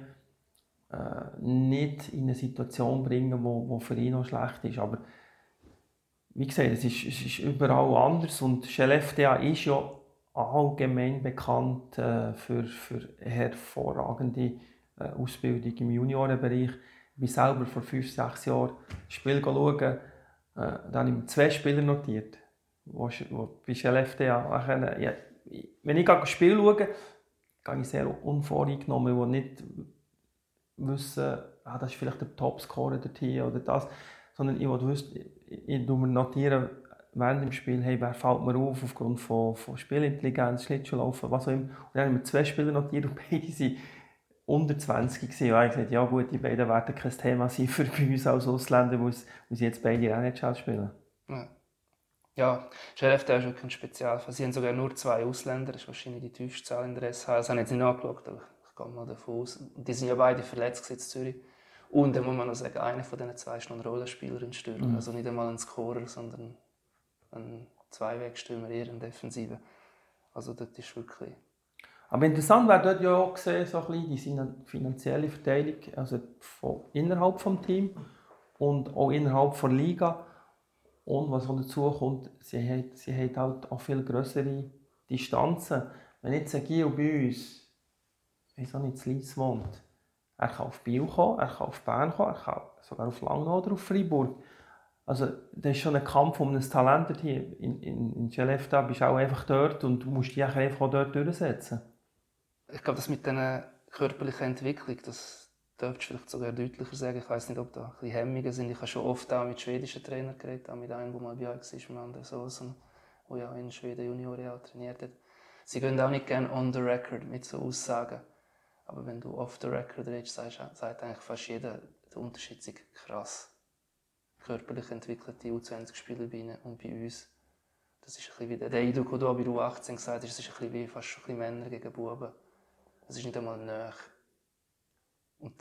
nicht in eine Situation bringen, die für ihn noch schlecht ist. Aber wie gesagt, es ist überall anders. Und LFDA ist ja allgemein bekannt für hervorragende Ausbildung im Juniorenbereich. Ich bin selber vor 5-6 Jahren das Spiel schauen. Da habe ich 2 Spieler notiert, die bei LFDA. Wenn ich das Spiel schaue, gehe ich sehr unvoreingenommen und nicht wissen, das ist vielleicht der Topscorer dort hier oder das. Sondern ich notiere während dem Spiel, hey, wer fällt mir aufgrund von Spielintelligenz, Schlittschuhlaufen, was auch immer. Und dann haben wir 2 Spieler notiert und beide waren unter 20 gewesen. Und ich gesagt, ja gut, die beiden werden kein Thema sein für uns als Ausländer, weil sie jetzt beide NHL spielen. Ja. Ja, Skellefteå ist wirklich ein Spezialfall. Sie haben sogar nur 2 Ausländer, das ist wahrscheinlich die tiefste Zahl in der SHL. Das habe ich jetzt nicht angeschaut, aber ich gehe mal davon aus. Und die sind ja beide verletzt in Zürich. Und dann muss man noch sagen, einer von diesen 2 ist noch ein Rollenspieler in Stürmer. Also nicht einmal ein Scorer, sondern ein Zweiwegstürmer, eher ein Defensive. Also das ist wirklich... Aber interessant wäre dort ja auch gesehen, so ein bisschen die finanzielle Verteilung, also innerhalb des Teams und auch innerhalb der Liga. Und was auch dazu kommt, sie haben halt auch viel grössere Distanzen. Wenn jetzt ein Gio bei uns, ich weiß auch nicht, in Lyss wohnt, er kann auf Biel kommen, er kann auf Bern kommen, er kann sogar auf Langnau oder auf Freiburg. Also das ist schon ein Kampf um ein Talent hier. In Skellefteå bist du auch einfach dort und du musst dich einfach auch dort durchsetzen. Ich glaube, das mit dieser körperlichen Entwicklung, das dürftest du vielleicht sogar deutlicher sagen. Ich weiß nicht, ob da ein bisschen Hemmungen sind. Ich habe schon oft auch mit schwedischen Trainern geredet, auch mit einem, der mal bei euch war, mit Anders Olsson, der ja in Schweden Junioren auch trainiert hat. Sie gehen auch nicht gerne on the record mit so Aussagen. Aber wenn du off the record redest, sagt eigentlich fast jeder, der Unterschied ist krass. Körperlich entwickelte U20-Spieler bei ihnen und bei uns. Das ist ein bisschen wie der Eindruck, den du bei U18 gesagt hast, es ist ein bisschen wie fast schon ein bisschen Männer gegen Buben. Es ist nicht einmal nahe. Und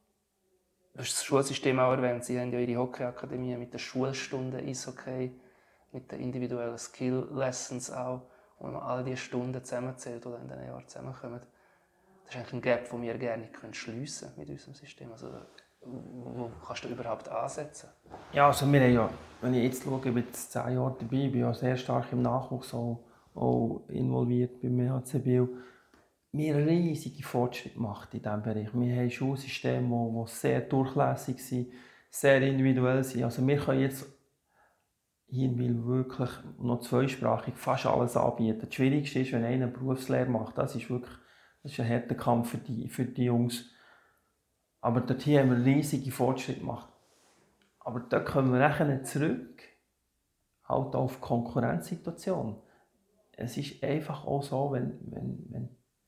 du hast das Schulsystem auch erwähnt. Sie haben ja ihre Hockeyakademie mit den Schulstunden Eishockey, mit den individuellen Skill-Lessons auch. Und wenn man all diese Stunden zusammenzählt oder in diesen Jahren zusammenkommen, das ist eigentlich ein Gap, den wir gerne nicht schliessen können mit unserem System. Also, wo kannst du überhaupt ansetzen? Ja, also wir haben ja, wenn ich jetzt schaue, ich bin jetzt 10 Jahre dabei, bin ja sehr stark im Nachwuchs auch involviert beim MHC Biel. Wir haben riesige Fortschritte gemacht in diesem Bereich. Wir haben Schulsysteme, die sehr durchlässig sind, sehr individuell sind. Also wir können jetzt hier in Biel wirklich noch zweisprachig fast alles anbieten. Das Schwierigste ist, wenn einer eine Berufslehre macht. Das ist ein harter Kampf für die Jungs. Aber dort hier haben wir riesige Fortschritte gemacht. Aber da kommen wir nachher zurück halt auf die Konkurrenzsituation. Es ist einfach auch so, wenn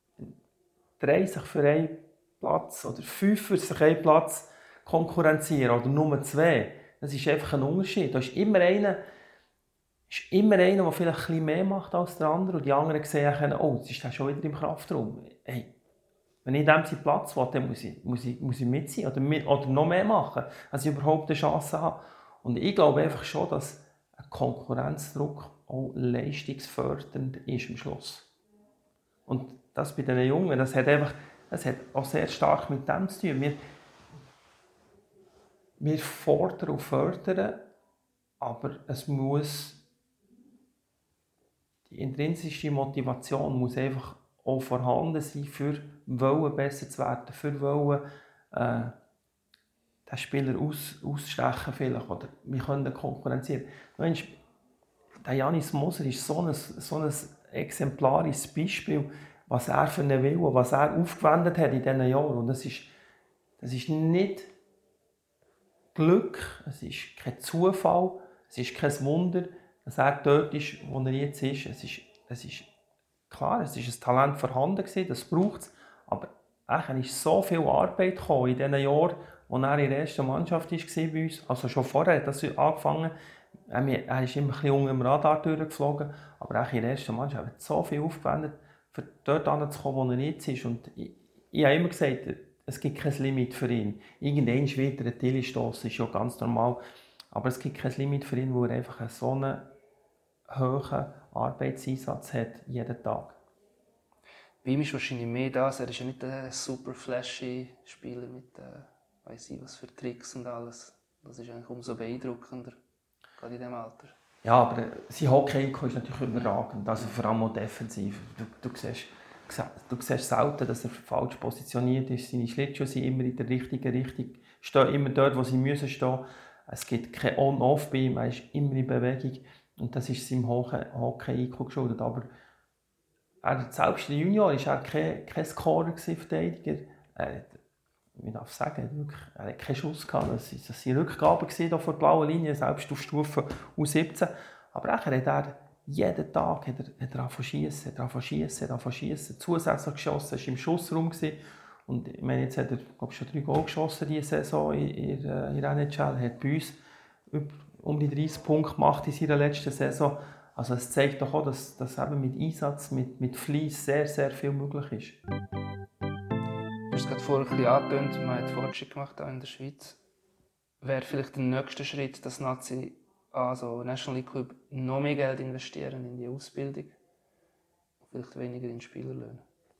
3 sich für einen Platz oder 5 für sich einen Platz konkurrenzieren oder nur 2, das ist einfach ein Unterschied. Da ist immer einer, der vielleicht ein bisschen mehr macht als der andere und die anderen sehen, oh, jetzt ist der schon wieder im Kraftraum. Hey, wenn ich dem seinen Platz will, dann muss ich mit sein oder noch mehr machen, als ich überhaupt eine Chance habe. Und ich glaube einfach schon, dass ein Konkurrenzdruck auch leistungsfördernd ist am Schluss. Und das bei den Jungen, das hat auch sehr stark mit dem zu tun. Wir fordern und fördern, aber es muss die intrinsische Motivation muss einfach auch vorhanden sein, für besser zu werden, für den Spieler ausstechen vielleicht, oder wir können konkurrenzieren. Der Janis Moser ist so ein exemplarisches Beispiel, was er für einen Willen, was er aufgewendet hat in diesen Jahren. Und das ist nicht Glück, es ist kein Zufall, es ist kein Wunder, dass er dort ist, wo er jetzt ist. Es ist klar, es ist ein Talent vorhanden gewesen, das braucht es, aber er ist so viel Arbeit gekommen in diesen Jahren, als er in der ersten Mannschaft war bei uns. Also schon vorher hat das angefangen. Er ist immer ein bisschen unter dem Radar durchgeflogen, aber auch in der ersten Mannschaft hat so viel aufgewendet, um dort hinzukommen, wo er jetzt ist. Und ich habe immer gesagt, es gibt kein Limit für ihn. Irgendwann wird er einen Tilly stossen, ist ja ganz normal. Aber es gibt kein Limit für ihn, weil er einfach so einen hohen Arbeitseinsatz hat, jeden Tag. Bei ihm ist wahrscheinlich mehr das. Er ist ja nicht ein super flashy Spieler mit weiss ich was für Tricks und alles. Das ist eigentlich umso beeindruckender, gerade in diesem Alter. Ja, aber sein Hockey-IQ ist natürlich überragend, also vor allem auch defensiv. Du siehst selten, dass er falsch positioniert ist. Seine Schlittschuhe sind immer in der richtigen Richtung, stehen immer dort, wo sie müssen stehen. Es gibt kein On-Off bei ihm, er ist immer in Bewegung. Und das ist seinem Hockey-IQ geschuldet. Aber selbst der Junior war kein Scorer, Verteidiger. Ich darf sagen, er hat keinen Schuss gehabt. Das waren Rückgaben hier vor der blauen Linie, selbst auf Stufe U17. Aber nachher hat er jeden Tag schiessen, zusätzlich geschossen, er war im Schussraum. Und ich meine, jetzt hat er schon 3 Goal geschossen diese Saison in der NHL. Er hat bei uns um die 30 Punkte gemacht in seiner letzten Saison. Also es zeigt doch auch, dass eben mit Einsatz, mit Fleiss sehr, sehr viel möglich ist. Du hast es gerade vorher ein bisschen angetönt, man hat Fortschritte gemacht auch in der Schweiz. Wäre vielleicht der nächste Schritt, dass Nazi, also National League Club, noch mehr Geld investieren in die Ausbildung? Vielleicht weniger in Spielerlöhne?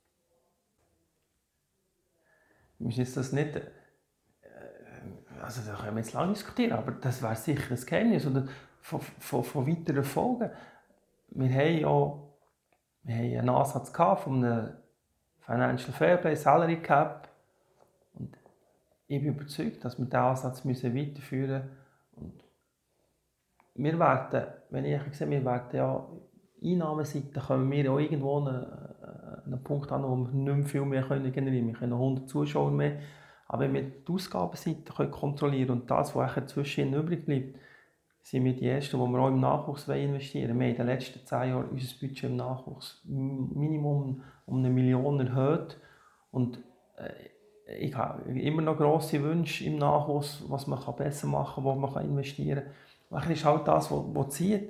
Wir müssen das nicht... Also da können wir jetzt lange diskutieren, aber das wäre sicher ein Geheimnis oder von weiteren Folgen. Wir haben einen Ansatz von einem Financial Fairplay, Salary Cap. Und ich bin überzeugt, dass wir diesen Ansatz weiterführen müssen. Und wir werden, wenn ich sehe, wir werden ja Einnahmenseite kommen wir auch irgendwo einen Punkt an, wo wir nicht mehr viel mehr generieren können. Wir können 100 Zuschauer mehr. Aber wenn wir die Ausgabenseite kontrollieren können und das, was zwischen übrig bleibt, sind wir die Ersten, die wir auch im Nachwuchs investieren wollen. Wir haben in den letzten 10 Jahren unser Budget im Nachwuchs Minimum um 1 Million erhöht. Und ich habe immer noch grosse Wünsche im Nachwuchs, was man besser machen kann, wo man investieren kann. Das ist halt das, was zieht.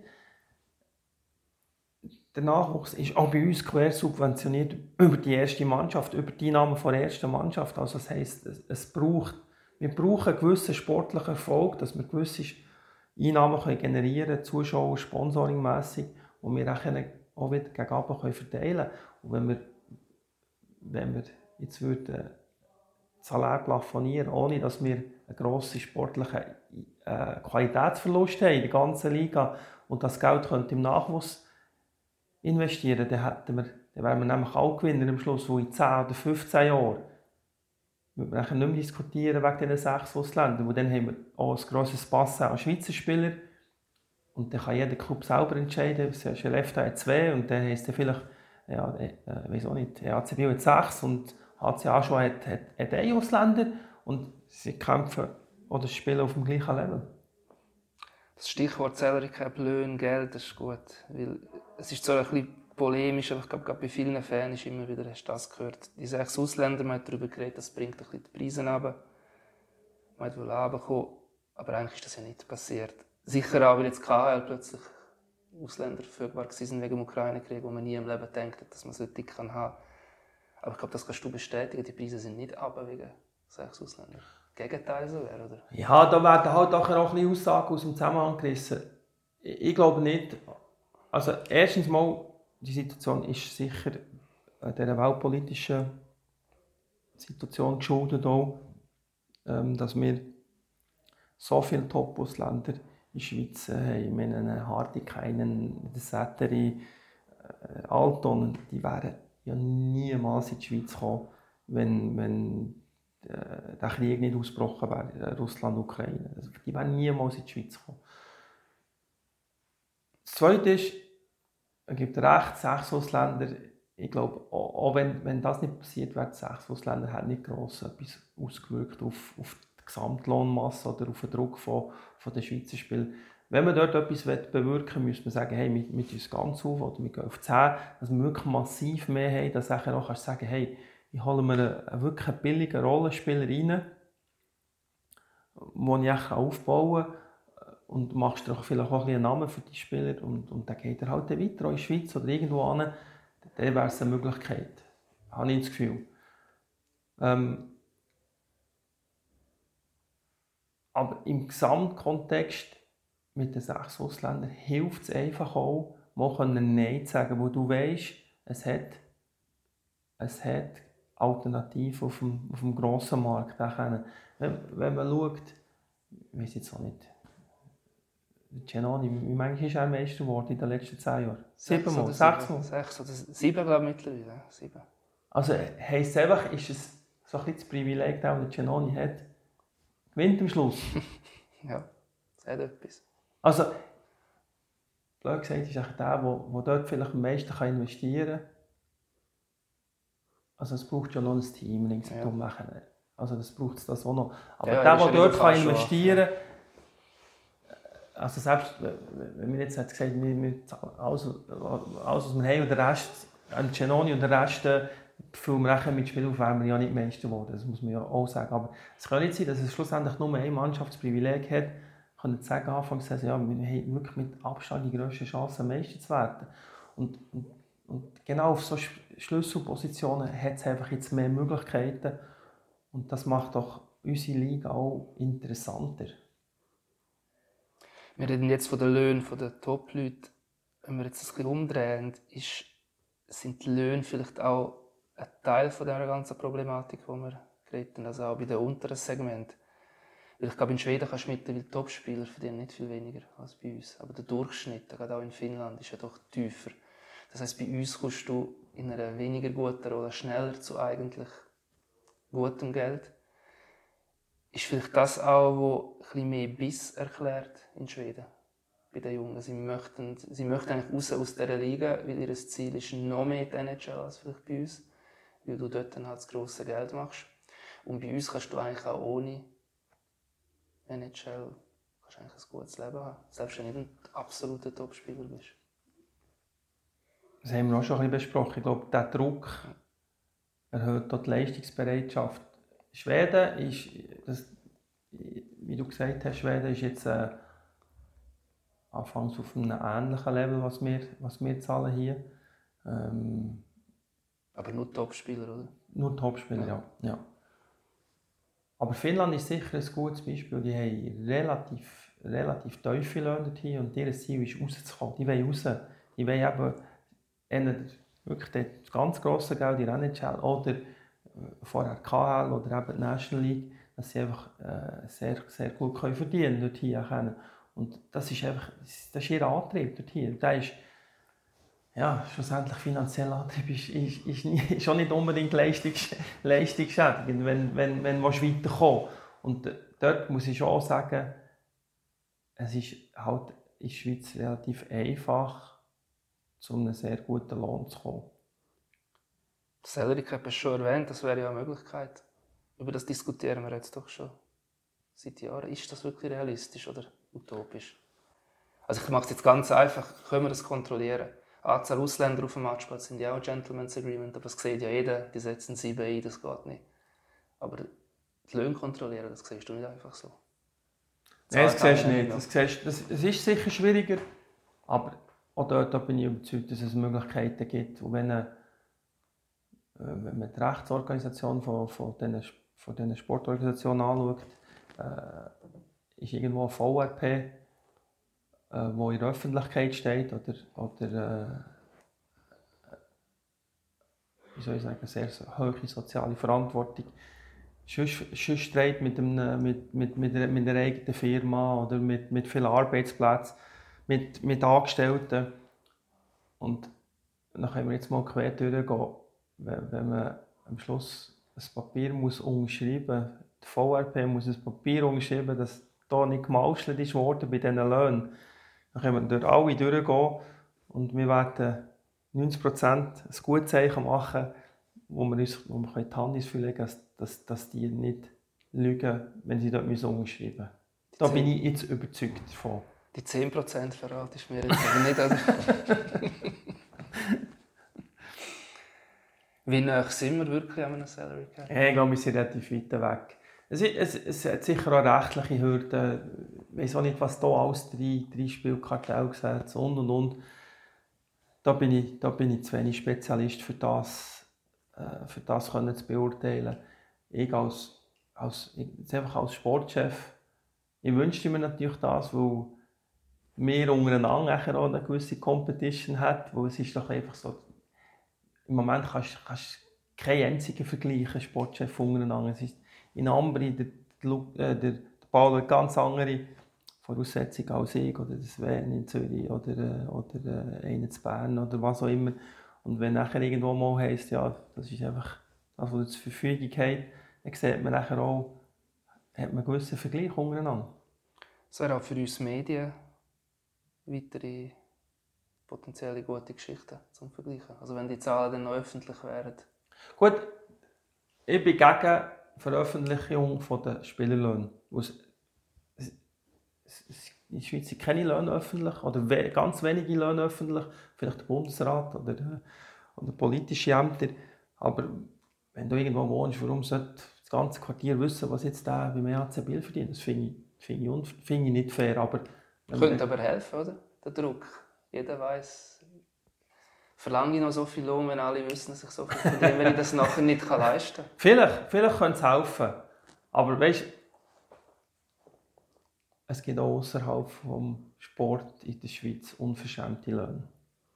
Der Nachwuchs ist auch bei uns quersubventioniert über die erste Mannschaft, über die Einnahmen der ersten Mannschaft. Also das heisst, wir brauchen einen gewissen sportlichen Erfolg, dass wir gewisse Einnahmen generieren können, Zuschauer, sponsoringmässig, und wir auch wieder gegen oben verteilen können. Und wenn wir jetzt das Salär plafonieren, ohne dass wir einen grossen sportlichen Qualitätsverlust haben in der ganzen Liga und das Geld könnte im Nachwuchs investieren, dann wären wir nämlich auch Gewinner am Schluss, wo in 10 oder 15 Jahren wir nicht mehr diskutieren wegen diesen 6 Ausländern, weil dann haben wir auch ein grosses Bassin an Schweizer Spielern und dann kann jeder Club selber entscheiden, Skellefteå hat 2 und dann heisst es vielleicht, ja, weiß auch nicht, HC Biel hat 6 und HC Aarschot hat 1 Ausländer und sie kämpfen oder spielen auf dem gleichen Level. Das Stichwort Salary Cap, Löhne, Geld, das ist gut, weil es ist zwar ein bisschen polemisch, aber ich glaube, gerade bei vielen Fans ist immer wieder, hast du das gehört, die 6 Ausländer, man hat darüber geredet, das bringt ein bisschen die Preise runter. Man hat wohl runtergekommen, aber eigentlich ist das ja nicht passiert. Sicher auch, weil jetzt KHL plötzlich Ausländer verfügbar waren wegen dem Ukraine-Krieg, wo man nie im Leben gedacht hat, dass man so dick haben kann. Aber ich glaube, das kannst du bestätigen, die Preise sind nicht runter wegen 6 Ausländer. Gegenteil so wäre, oder? Ja, da werden halt auch ein bisschen Aussagen aus dem Zusammenhang gerissen. Ich glaube nicht. Also erstens mal, die Situation ist sicher dieser weltpolitischen Situation geschuldet auch, dass wir so viele Top-Ausländer in der Schweiz haben. Ich meine, einen Hartikainen, den Säteri, Alton, die wären ja niemals in die Schweiz gekommen, wenn der Krieg nicht ausgebrochen wäre, Russland-Ukraine. Also, die wären niemals in die Schweiz gekommen. Das Zweite ist, es gibt recht, 6 Ausländer. Ich glaube, auch wenn das nicht passiert wäre, 6 Ausländer hätten nicht gross etwas ausgewirkt auf die Gesamtlohnmasse oder auf den Druck von den Schweizer Spielern. Wenn man dort etwas bewirken will, müsste man sagen, hey, wir tun es ganz auf oder wir gehen auf 10, dass wir wirklich massiv mehr haben, dass du auch noch sagen, hey, ich hole mir einen wirklich billigen Rollenspieler rein, den ich aufbauen kann. Und machst dir vielleicht auch einen Namen für die Spieler und dann geht er halt weiter, auch in die Schweiz oder irgendwo hin, dann wäre es eine Möglichkeit. Habe ich das Gefühl. Aber im Gesamtkontext mit den 6 Ausländern hilft es einfach auch, mal Nein zu sagen, wo du weißt, es hat Alternativen auf dem grossen Markt. Wenn man schaut, ich weiß jetzt auch nicht, Giannoni, wie manchmal ist er Meister geworden in den letzten 10 Jahren? 7 Mal? 6 Mal? 6 oder 7, glaube ich, mittlerweile. 7. Also heisst es einfach, ist es so ein bisschen das Privileg, das Giannoni hat, gewinnt am Schluss. Ja, das hat etwas. Also, blöd gesagt, ist der dort vielleicht am meisten investieren kann. Also es braucht ja noch ein Team ringsherum. Ja. Also das braucht es das auch noch. Aber ja, der dort kann investieren kann, also selbst wenn wir jetzt gesagt wir alles, was wir haben und der Rest, Giannoni und der Rest, füllen wir mit Spiel auf, wären wir ja nicht Meister geworden. Das muss man ja auch sagen. Aber es kann nicht sein, dass es schlussendlich nur ein Mannschaftsprivileg hat, können sagen, anfangs sagen, ja, wir haben wirklich mit Abstand die grösste Chance, Meister zu werden. Und genau auf so Schlüsselpositionen hat es einfach jetzt mehr Möglichkeiten. Und das macht doch unsere Liga auch interessanter. Wir reden jetzt von den Löhnen der Top-Leute. Wenn wir jetzt ein bisschen umdrehen, sind die Löhne vielleicht auch ein Teil von dieser ganzen Problematik, die wir reden, also auch bei den unteren Segmenten. Weil ich glaube, in Schweden kannst du mittlerweile Topspieler verdienen nicht viel weniger als bei uns. Aber der Durchschnitt, gerade auch in Finnland, ist ja doch tiefer. Das heisst, bei uns kommst du in einer weniger guten Rolle schneller zu eigentlich gutem Geld. Ist vielleicht das auch, was ein bisschen mehr Biss erklärt in Schweden bei den Jungen? Sie möchten eigentlich raus aus dieser Liga, weil ihr Ziel ist noch mehr die NHL als vielleicht bei uns, weil du dort dann halt das grosse Geld machst. Und bei uns kannst du eigentlich auch ohne NHL kannst eigentlich ein gutes Leben haben, selbst wenn du nicht ein absoluter Topspieler bist. Das haben wir auch schon ein bisschen besprochen. Ich glaube, dieser Druck erhöht die Leistungsbereitschaft. Schweden ist, wie du gesagt hast, Schweden ist jetzt anfangs auf einem ähnlichen Level, was wir zahlen hier. Aber nur Topspieler, oder? Nur Topspieler, ja. Aber Finnland ist sicher ein gutes Beispiel. Die haben relativ tiefe Löhne hier und ihr Ziel ist rauszukommen. Die wollen raus. Die wollen eben wirklich das ganz grosse Geld in der NHL oder vorher KHL oder eben die National League, dass sie einfach sehr, sehr gut verdienen dort hier. Und das ist ihr Antrieb dort hier. Der ist, ja, schlussendlich finanzieller Antrieb ist schon nicht unbedingt leistungsschädigend, wenn du weiterkommen willst. Und dort muss ich schon sagen, es ist halt in der Schweiz relativ einfach, zu einem sehr guten Lohn zu kommen. Salary Cap hast du schon erwähnt, das wäre ja eine Möglichkeit. Über das diskutieren wir jetzt doch schon seit Jahren. Ist das wirklich realistisch oder utopisch? Also ich mache es jetzt ganz einfach, können wir das kontrollieren? Anzahl Ausländer auf dem Matchplatz sind ja auch Gentleman's Agreement, aber das sieht ja jeder, die setzen 7 ein, das geht nicht. Aber die Löhne kontrollieren, das siehst du nicht einfach so. Nein, das siehst du nicht. Es ist sicher schwieriger, aber auch dort bin ich überzeugt, dass es Möglichkeiten gibt. Und wenn man die Rechtsorganisation von diesen Sportorganisationen anschaut, ist irgendwo ein VRP, wo in der Öffentlichkeit steht, oder wie soll ich sagen, sehr hohe soziale Verantwortung. Sonst Streit mit einer eigenen Firma oder mit vielen Arbeitsplätzen, mit Angestellten. Und dann können wir jetzt mal quer durchgehen. Wenn man am Schluss ein Papier muss unterschreiben muss, der VRP muss ein Papier unterschreiben, dass da nicht gemauschelt ist worden bei diesen Löhnen, dann können wir dort alle durchgehen und wir werden 90% ein gutes Zeichen machen, wo wir die Hand ins Feuer legen können, dass die nicht lügen, wenn sie dort unterschreiben müssen. Da bin ich jetzt überzeugt davon. Die 10% verratest du mir jetzt aber nicht, oder? Wie nah sind wir wirklich an einem Salary Cap? Ich glaube, wir sind relativ weit weg. Es hat sicher auch rechtliche Hürden. Ich weiß auch nicht, was hier alles drei Spielkartellgesetze und. Da bin ich zu wenig Spezialist für das können zu beurteilen. Ich einfach als Sportchef, ich wünschte mir natürlich das, weil wir untereinander auch eine gewisse Competition hat, weil es ist doch einfach so, im Moment kannst du keinen einzigen vergleichen, Sportchef untereinander. Es ist in Ambri, der Paul hat ganz andere Voraussetzungen als ich, oder das Sven in Zürich, oder einer in Bern, oder was auch immer. Und wenn nachher irgendwo mal heisst, ja, das ist einfach das, was zur Verfügung hat, dann sieht man nachher auch, hat man einen gewissen Vergleich untereinander. Das wäre auch für uns Medien weitere potenzielle gute Geschichten zum Vergleichen. Also wenn die Zahlen dann noch öffentlich wären. Gut, ich bin gegen Veröffentlichung der Spielerlöhne. In der Schweiz sind keine Löhne öffentlich, oder ganz wenige Löhne öffentlich, vielleicht der Bundesrat oder politische Ämter. Aber wenn du irgendwo wohnst, warum sollte das ganze Quartier wissen, was jetzt der beim EHC Biel verdient? Das finde Finde ich nicht fair, aber... Könnte aber helfen, oder? Der Druck. Jeder weiss, verlange ich noch so viel Lohn, wenn alle wissen, dass ich so viel verdiene, wenn ich das nachher nicht leisten kann. Vielleicht könnte es helfen. Aber weißt, es gibt auch außerhalb vom Sport in der Schweiz unverschämte Löhne.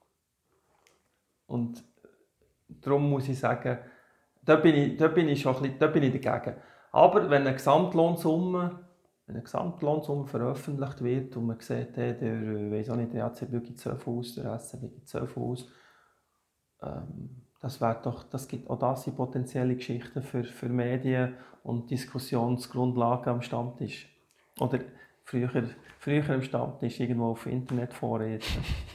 Und darum muss ich sagen, da bin ich dagegen. Aber wenn eine Gesamtlohnsumme veröffentlicht wird und man sieht, hey, der EC gibt so viel aus, der SCB gibt so viel aus, das gibt auch das sind potenzielle Geschichten für Medien und Diskussionsgrundlagen am Stammtisch. Oder früher am Stammtisch, irgendwo auf Internetforen jetzt.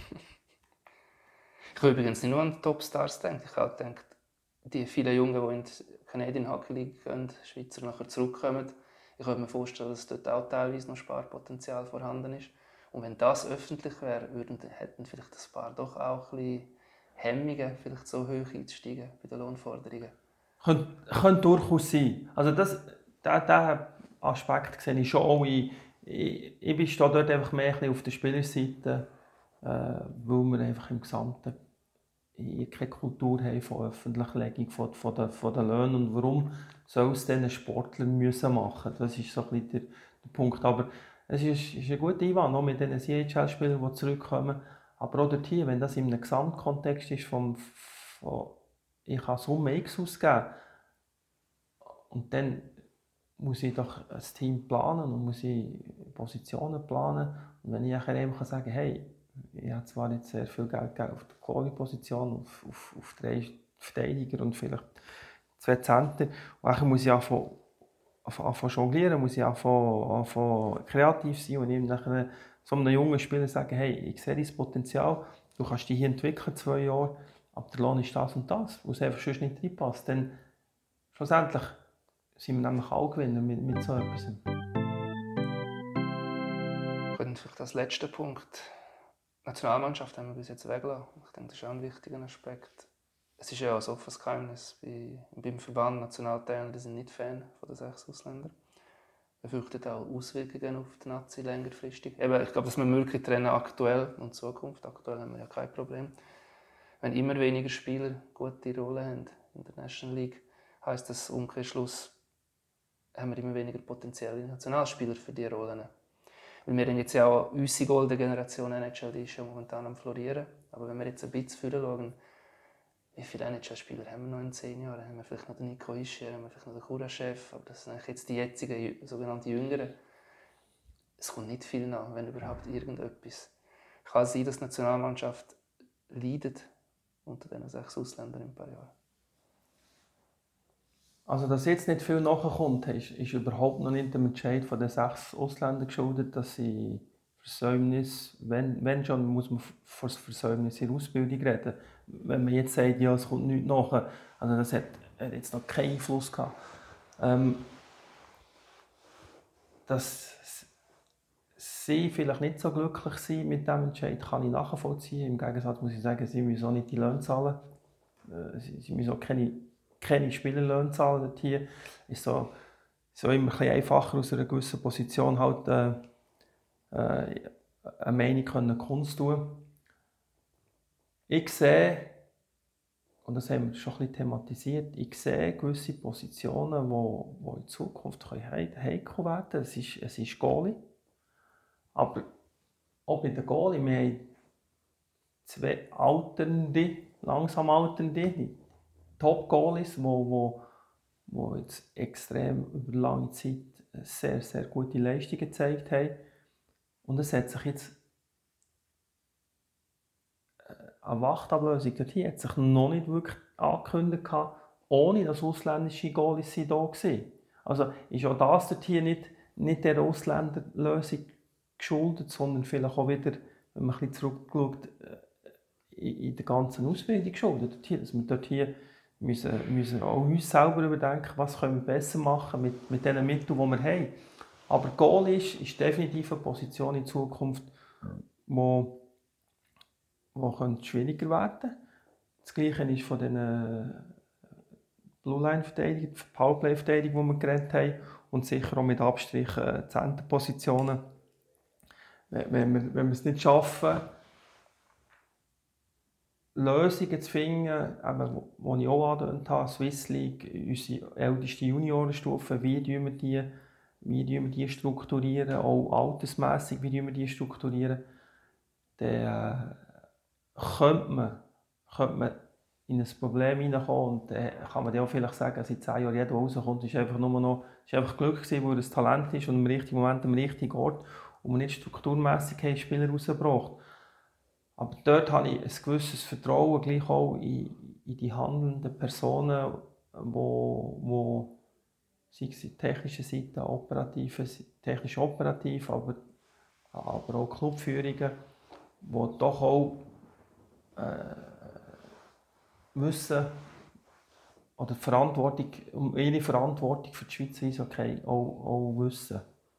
Ich habe übrigens nicht nur an die Topstars gedacht. Ich habe gedacht, die vielen Jungen, die in die Canadian Hockey League gehen, Schweizer nachher zurückkommen, ich könnte mir vorstellen, dass dort auch teilweise noch Sparpotenzial vorhanden ist. Und wenn das öffentlich wäre, hätten vielleicht ein paar doch auch ein bisschen Hemmungen, vielleicht so hoch einzusteigen bei den Lohnforderungen. Könnte durchaus sein. Also diesen Aspekt sehe ich schon auch. Ich stehe dort einfach mehr auf der Spielerseite, weil wir einfach im Gesamten keine Kultur haben von Öffentlichlegung von den Löhnen. Und warum soll es diesen Sportlern machen müssen? Das ist so ein bisschen der Punkt. Aber es ist ein guter Einwand, auch mit den CHL-Spielern, die zurückkommen. Aber auch dort hier, wenn das in einem Gesamtkontext ist, ich kann Summe X ausgeben und dann muss ich doch ein Team planen und muss ich Positionen planen. Und wenn ich einfach sagen kann, hey, ich habe zwar nicht sehr viel Geld auf der Goalie-Position, auf 3 Verteidiger und vielleicht 2 Center, und dann muss ich anfangen jonglieren, muss ich anfangen kreativ sein und ihm nachher so einem jungen Spieler sagen, hey, ich sehe dein Potenzial, du kannst dich hier entwickeln, 2 Jahre, aber der Lohn ist das und das, wo es einfach sonst nicht reinpasst. Dann schlussendlich sind wir nämlich auch Gewinner mit so etwas. Und vielleicht als letzter Punkt. Die Nationalmannschaft haben wir bis jetzt weggelassen. Ich denke, das ist auch ein wichtiger Aspekt. Es ist ja ein offenes Geheimnis. Beim Verband Nationaltrainer, die sind nicht Fan von den 6 Ausländern. Wir fürchten auch Auswirkungen auf die Nazi längerfristig. Eben, ich glaube, dass wir wirklich trennen aktuell und Zukunft. Aktuell haben wir ja kein Problem. Wenn immer weniger Spieler gute Rollen haben in der National League, heisst das Umkehrschluss, haben wir immer weniger potenzielle Nationalspieler für diese Rollen. Weil wir haben jetzt ja auch unsere Golden Generation NHL, die ist ja momentan am Florieren. Aber wenn wir jetzt ein bisschen schauen, wie viele NHL-Spieler haben wir noch in 10 Jahren? Haben wir vielleicht noch den Nico Hischier, haben wir vielleicht noch den Kura-Chef, aber das sind eigentlich jetzt die jetzigen, sogenannten Jüngeren. Es kommt nicht viel nach, wenn überhaupt irgendetwas. Kann sein, dass die Nationalmannschaft leidet unter diesen 6 Ausländern in ein paar Jahren. Also, dass jetzt nicht viel nachkommt, ist überhaupt noch nicht dem Entscheid von den 6 Ausländern geschuldet, dass sie Versäumnis, wenn schon, muss man von Versäumnis in der Ausbildung reden. Wenn man jetzt sagt, ja, es kommt nichts nach, also das hat jetzt noch keinen Einfluss gehabt. Dass sie vielleicht nicht so glücklich sind mit diesem Entscheid, kann ich nachvollziehen. Im Gegensatz muss ich sagen, sie müssen auch nicht die Löhne zahlen. Sie müssen auch keine Spielerlöhne zahlen dort hier. Ist so immer ein bisschen einfacher aus einer gewissen Position halt eine Meinung kundtun. Ich sehe, und das haben wir schon ein bisschen thematisiert, ich sehe gewisse Positionen, die in Zukunft heikel werden können. Es ist Goalie. Aber auch bei den Goalie, wir haben 2 langsam alternde Top-Goalies, die jetzt extrem über lange Zeit sehr, sehr gute Leistungen gezeigt haben. Und es hat sich jetzt eine Wachtablösung dort hier hat sich noch nicht wirklich angekündigt, ohne dass ausländische Goalies da waren. Also ist auch das dort hier nicht der Ausländerlösung geschuldet, sondern vielleicht auch wieder, wenn man ein bisschen zurückschaut, in der ganzen Ausbildung geschuldet. Dass wir dort hier müssen auch uns selber überdenken, was können wir besser machen mit den Mitteln, die wir haben. Aber Goal ist definitiv eine Position in Zukunft, wo schwieriger werden könnte. Das Gleiche ist von den Blue-Line-Verteidigung, die Powerplay-Verteidigung, die wir geredet haben, und sicher auch mit Abstrich Center-Positionen. Wenn wir es nicht schaffen, Lösungen zu finden, die ich auch angedeutet habe, Swiss League, unsere älteste Juniorenstufe, wie wir die strukturieren, auch altersmässig, wie wir die strukturieren, dann könnte man in ein Problem hineinkommen, und kann man dann auch vielleicht sagen, seit 10 Jahren jeder, der rauskommt, ist einfach Glück gewesen, weil er ein Talent ist und im richtigen Moment am richtigen Ort, und man nicht strukturmässig Spieler rausgebracht. Aber dort habe ich ein gewisses Vertrauen gleich auch in die handelnden Personen, wo sei es die technische Seite, technisch operativ, aber auch Clubführungen, die doch auch wissen oder ihre Verantwortung für die Schweizer Eishockey auch wissen.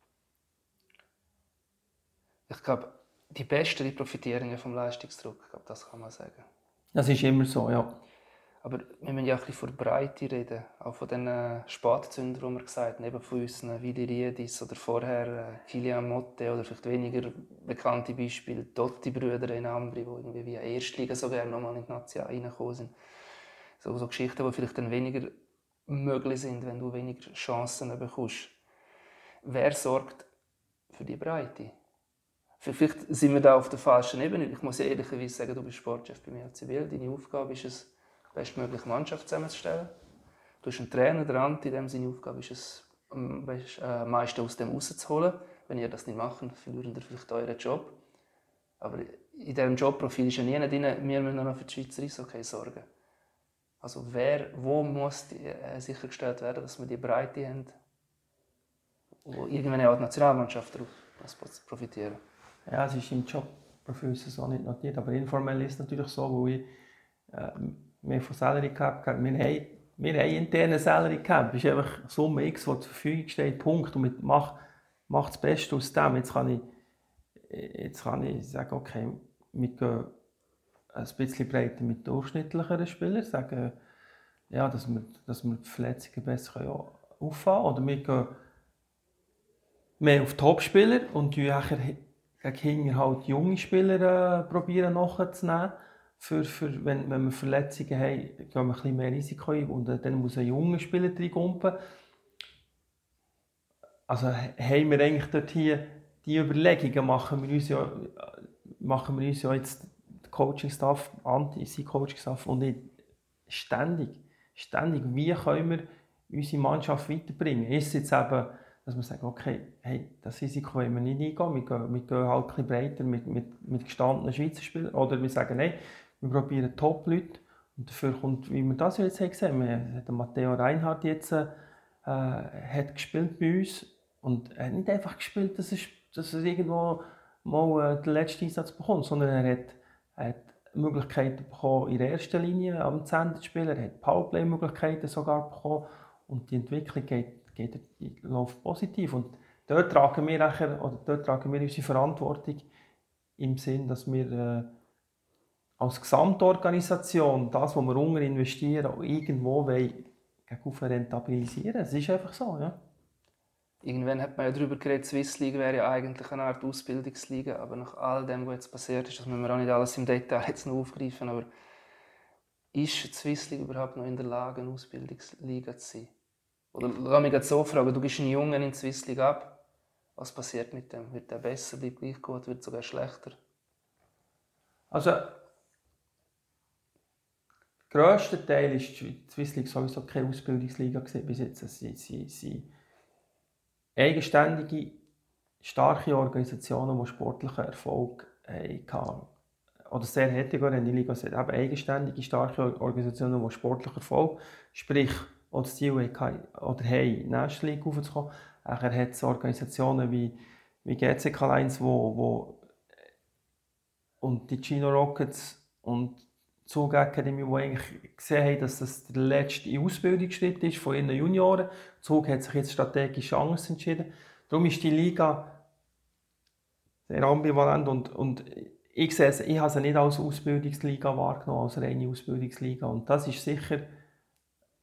Ich glaube, die Besten die profitieren vom Leistungsdruck, ich glaube, das kann man sagen. Das ist immer so, ja. Aber wir müssen ja auch ein bisschen von Breite reden, auch von den Spatzündern, die wir gesagt haben, eben von uns, Willi Riedis oder vorher Kilian Motte oder vielleicht weniger bekannte Beispiele, die Totti-Brüder in Ambri, die irgendwie via Erstliga so gerne nochmal in die Nation reingekommen sind. So Geschichten, die vielleicht dann weniger möglich sind, wenn du weniger Chancen bekommst. Wer sorgt für die Breite? Vielleicht sind wir da auf der falschen Ebene. Ich muss ja ehrlicherweise sagen, du bist Sportchef bei mir FC Biel. Deine Aufgabe ist es, die bestmögliche Mannschaft zusammenzustellen. Du hast einen Trainer, der Ant, in dem seine Aufgabe ist es, am meisten aus dem rauszuholen. Wenn ihr das nicht macht, verliert ihr vielleicht euren Job. Aber in diesem Jobprofil ist ja nie drin, wir müssen noch für die Schweizer Eishockey sorgen. Also wo muss sichergestellt werden, dass wir die Breite haben, wo irgendwann auch die Nationalmannschaft darauf profitieren. Ja, es ist im Jobprofil so nicht notiert, aber informell ist es natürlich so, weil wir von Salary Cap haben. Wir haben internen Salary Cap. Es ist einfach eine Summe X, die zur Verfügung steht, Punkt. Und macht das Beste aus dem. Jetzt kann ich sagen, okay, wir gehen ein bisschen breiter mit durchschnittlicheren Spielern, sagen, ja, dass wir die Verletzungen besser auffangen können. Oder wir gehen mehr auf Topspieler und gegen hinten halt junge Spieler probieren nachzunehmen. Wenn wir Verletzungen haben, gehen wir ein bisschen mehr Risiko ein und dann muss ein junger Spieler reinkumpen. Also haben wir eigentlich dort hier die Überlegungen, machen wir uns ja jetzt den Coaching-Staff, Anti-Coaching-Staff und nicht ständig, wie können wir unsere Mannschaft weiterbringen. Ist es jetzt eben, dass wir sagen, okay, hey, das Risiko wollen wir nicht eingehen, wir gehen halt ein bisschen breiter mit gestandenen Schweizer Spielern, oder wir sagen, nein, wir probieren Top-Leute, und dafür kommt, wie wir das jetzt gesehen haben, der Matteo Reinhardt jetzt hat gespielt bei uns, und er hat nicht einfach gespielt, dass er irgendwo mal den letzten Einsatz bekommt, sondern er hat Möglichkeiten bekommen, in der ersten Linie am Zentrum zu spielen, er hat Powerplay-Möglichkeiten sogar bekommen, und die Entwicklung läuft positiv. Und dort tragen wir unsere Verantwortung im Sinn, dass wir als Gesamtorganisation das, was wir unten investieren, auch irgendwo gegenüber rentabilisieren. Es ist einfach so, ja. Irgendwann hat man ja darüber geredet, Swiss League wäre ja eigentlich eine Art Ausbildungsliga, aber nach all dem, was jetzt passiert ist, das müssen wir auch nicht alles im Detail jetzt noch aufgreifen, aber ist die Swiss League überhaupt noch in der Lage, eine Ausbildungsliga zu sein? Oder lass mich so fragen, du gibst einen Jungen in die Swiss League ab, was passiert mit dem? Wird der besser, bleibt gleich gut, wird sogar schlechter? Also, der grösste Teil ist die Swiss League sowieso keine Ausbildungsliga bis jetzt. Sie sind eigenständige, starke Organisationen, die sportlichen Erfolg hatten. Oder sehr hätte in die Liga gesagt, eben eigenständige, starke Organisationen, die sportlichen Erfolg, sprich, auch das Ziel haben, in die National League aufzukommen. Er hat so Organisationen wie GCK Lions, und die Chino Rockets und die Zug Academy, die eigentlich gesehen haben, dass das der letzte Ausbildungsschritt ist von ihren Junioren. Die Zug hat sich jetzt strategisch anders entschieden. Darum ist die Liga sehr ambivalent, und ich habe sie nicht als Ausbildungsliga wahrgenommen, als reine Ausbildungsliga. Und das ist sicher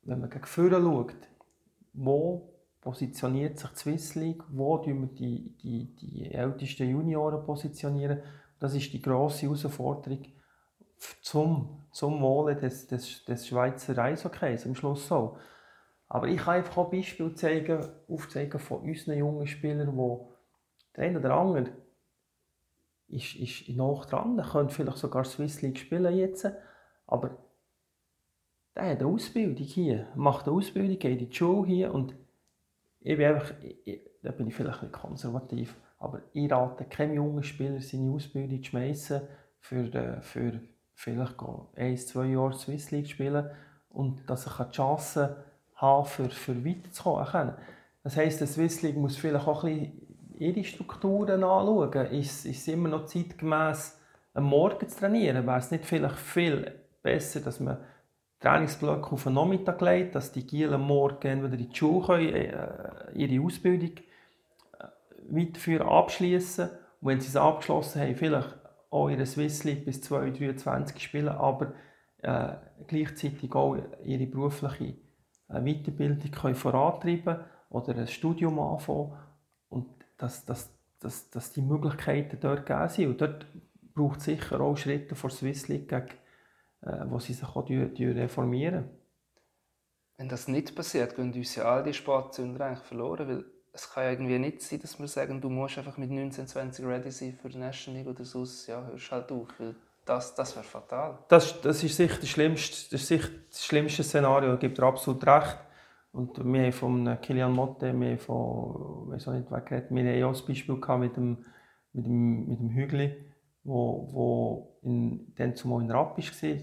wenn man gegen vorne schaut, wo positioniert sich die Swiss League, wo tun wir die ältesten Junioren positionieren. Das ist die grosse Herausforderung zum Wohle des Schweizer Eishockeys am Schluss auch. Aber ich kann einfach auch Beispiele aufzeigen von unseren jungen Spielern, wo der eine oder andere ist noch dran, der könnte vielleicht sogar Swiss League spielen jetzt, aber der hat eine Ausbildung hier, macht eine Ausbildung, geht in die Schule hier und ich bin einfach, da bin ich vielleicht nicht konservativ, aber ich rate keinem jungen Spieler, seine Ausbildung zu schmeißen, für vielleicht 1-2 Jahre Swiss League zu spielen und dass er die Chance haben für weiterzukommen. Das heisst, die Swiss League muss vielleicht auch ein bisschen ihre Strukturen anschauen. Ist es immer noch zeitgemäß, am Morgen zu trainieren? Wäre es nicht vielleicht viel besser, dass man Trainingsblöcke auf den Nachmittag legt, dass die Gielen am Morgen entweder in die Schule können, ihre Ausbildung weiterführen, abschließen und wenn sie es abgeschlossen haben, vielleicht auch ihre Swiss League bis 2023 spielen, aber gleichzeitig auch ihre berufliche Weiterbildung können vorantreiben oder ein Studium anfangen und dass die Möglichkeiten dort gegeben sind. Und dort braucht es sicher auch Schritte von der Swiss League, wo sie sich auch reformieren. Wenn das nicht passiert, gehen uns ja all die Sportsünder eigentlich verloren, weil es kann ja irgendwie nicht sein, dass wir sagen, du musst einfach mit 19, 20 ready sein für die National League oder sonst, ja, hörst halt auf, weil das wäre fatal. Das ist sicher das schlimmste Szenario, da gibt er absolut recht. Und wir haben von Kilian Motte, wir haben von, ich weiß auch nicht, wer geredet, wir haben auch das Beispiel gehabt mit dem Hügli, wo dann zumal in Rappi war,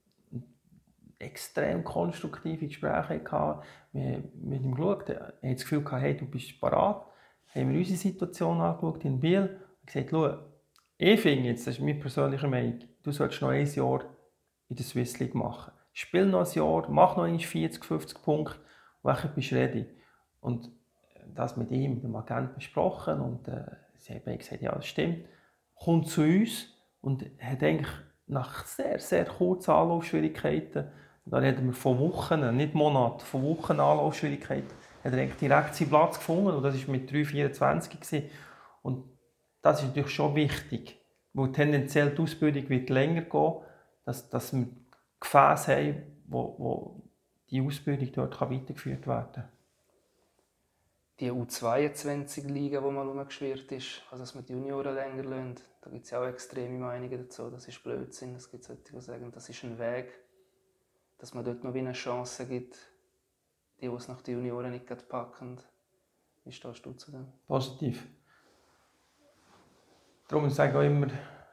extrem konstruktive Gespräche hatten. Wir haben mit ihm geschaut, er hat das Gefühl gehabt, hey, du bist bereit. Haben wir unsere Situation angeschaut in Biel und gesagt, schau, ich finde jetzt, das ist meine persönliche Meinung, du solltest noch ein Jahr in der Swiss League machen. Spiel noch ein Jahr, mach noch 40, 50 Punkte und dann bist du ready. Und das mit ihm, mit dem Agent besprochen und sie haben gesagt, ja, das stimmt. Kommt zu uns und hat eigentlich nach sehr, sehr kurzen Anlaufschwierigkeiten, da reden wir von Wochen, nicht Monaten, von Wochen Anlaufschwierigkeiten, hat er eigentlich direkt seinen Platz gefunden und das war mit 3,24. Und das ist natürlich schon wichtig, weil tendenziell die Ausbildung wird länger gehen, dass wir Gefäße haben, wo die Ausbildung dort weitergeführt werden kann. Die U22-Liga, die mal herumgeschwirrt ist, also dass man die Junioren länger lernt, da gibt es ja auch extreme Meinungen dazu. Das ist Blödsinn. Es gibt solche, die sagen, das ist ein Weg, dass man dort noch eine Chance gibt, die es nach den Junioren nicht packen. Wie stehst du zu dem? Positiv. Darum sage ich auch immer,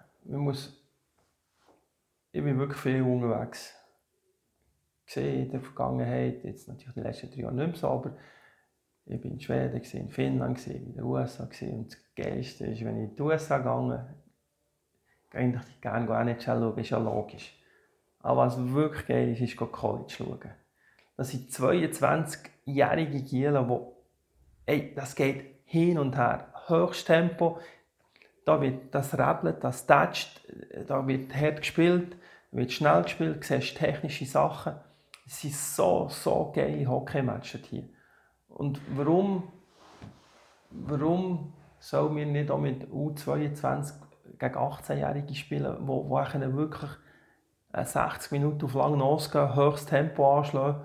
ich bin wirklich viel unterwegs. In der Vergangenheit, jetzt natürlich die letzten 3 Jahre nicht mehr so, aber ich war in Schweden, in Finnland, in den USA und das Geilste ist, wenn ich in die USA gehe, gehe ich gerne NHL schauen, ist ja logisch. Aber was wirklich geil ist College schauen. Das sind 22-jährige Gielen, das geht hin und her. Höchstes Tempo, da wird das rebelt, das tätscht, da wird hart gespielt, wird schnell gespielt, du siehst technische Sachen. Es sind so geile Hockey-Matches hier. Und warum sollen wir nicht auch mit U22 gegen 18-Jährige spielen, die wirklich 60 Minuten auf langen losgehen, höchstes Tempo anschlagen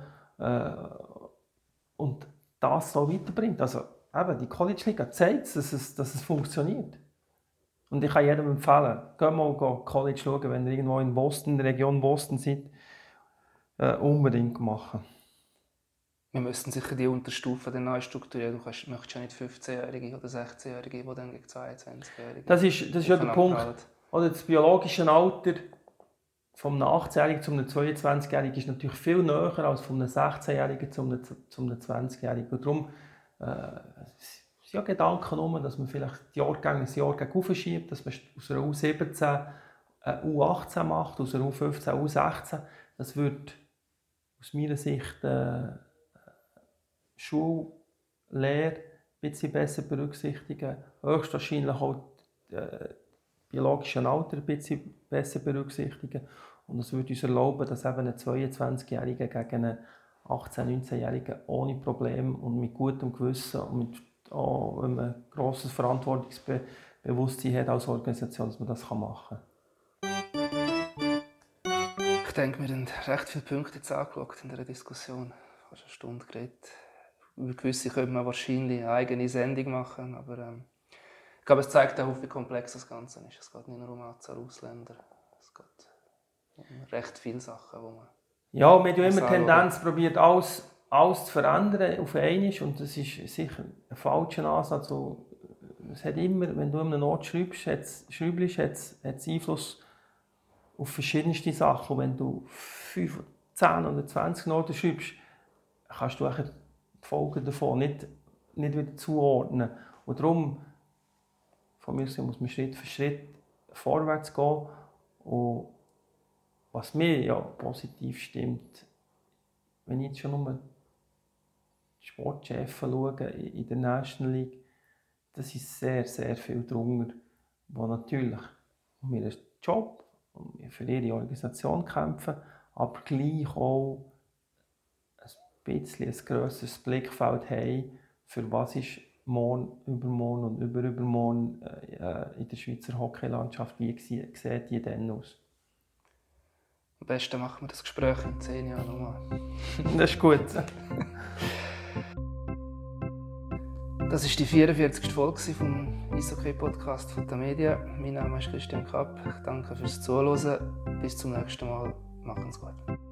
und das so weiterbringt? Also eben, die College Liga zeigt, dass es funktioniert. Und ich kann jedem empfehlen, geht mal College schauen, wenn ihr irgendwo in Boston, in der Region Boston seid, unbedingt machen. Wir müssen sicher die Unterstufen dann neu strukturieren. Du möchtest ja nicht 15-Jährige oder 16-Jährige, die dann gegen 22-Jährige. Das ist ja der Punkt. Oder das biologische Alter vom 18-Jährigen zum 22-Jährigen ist natürlich viel näher als vom 16-Jährigen zum 20-Jährigen. Und darum sind ja Gedanken, dass man vielleicht die Jahrgänge ein Jahr aufschiebt, dass man aus einer U17 U18 macht, aus einer U15 U16. Das würde aus meiner Sicht Schullehre ein bisschen besser berücksichtigen, höchstwahrscheinlich auch das biologische Alter ein bisschen besser berücksichtigen und es würde uns erlauben, dass eben ein 22-Jähriger gegen einen 18-, 19-Jährigen ohne Probleme und mit gutem Gewissen und mit auch ein grosses Verantwortungsbewusstsein hat als Organisation, dass man das machen kann. Ich denke, wir haben recht viele Punkte jetzt angeschaut in dieser Diskussion. Fast eine Stunde geredet. Über gewisse könnte man wahrscheinlich eine eigene Sendung machen, aber ich glaube, es zeigt auch, wie komplex das Ganze ist. Es geht nicht nur um Anzahl Ausländer, es geht um recht viele Sachen, wo man... Ja, man hat ja immer die Tendenz, probiert alles zu verändern auf einmal, und das ist sicher ein falscher Ansatz. Es hat immer, wenn du an einem Ort schreibst, hat es Einfluss auf verschiedenste Sachen. Und wenn du 5, 10 oder 20 Noten schreibst, kannst du die Folgen davon nicht wieder zuordnen. Und darum, von mir aus muss man Schritt für Schritt vorwärts gehen. Und was mir ja positiv stimmt, wenn ich jetzt schon nur die Sportchefs schaue in der National League, das ist sehr, sehr viel drunter, die natürlich um ihren Job, für ihre Organisation kämpfen, aber gleich auch ein bisschen ein grösseres Blickfeld haben, für was ist morgen, übermorgen und übermorgen in der Schweizer Hockeylandschaft, wie sieht die denn aus? Am besten machen wir das Gespräch in 10 Jahren nochmal. Das ist gut. Das war die 44. Folge vom Eishockey-Podcast von Tamedia. Mein Name ist Christian Kapp. Ich danke fürs Zuhören. Bis zum nächsten Mal. Machen's gut.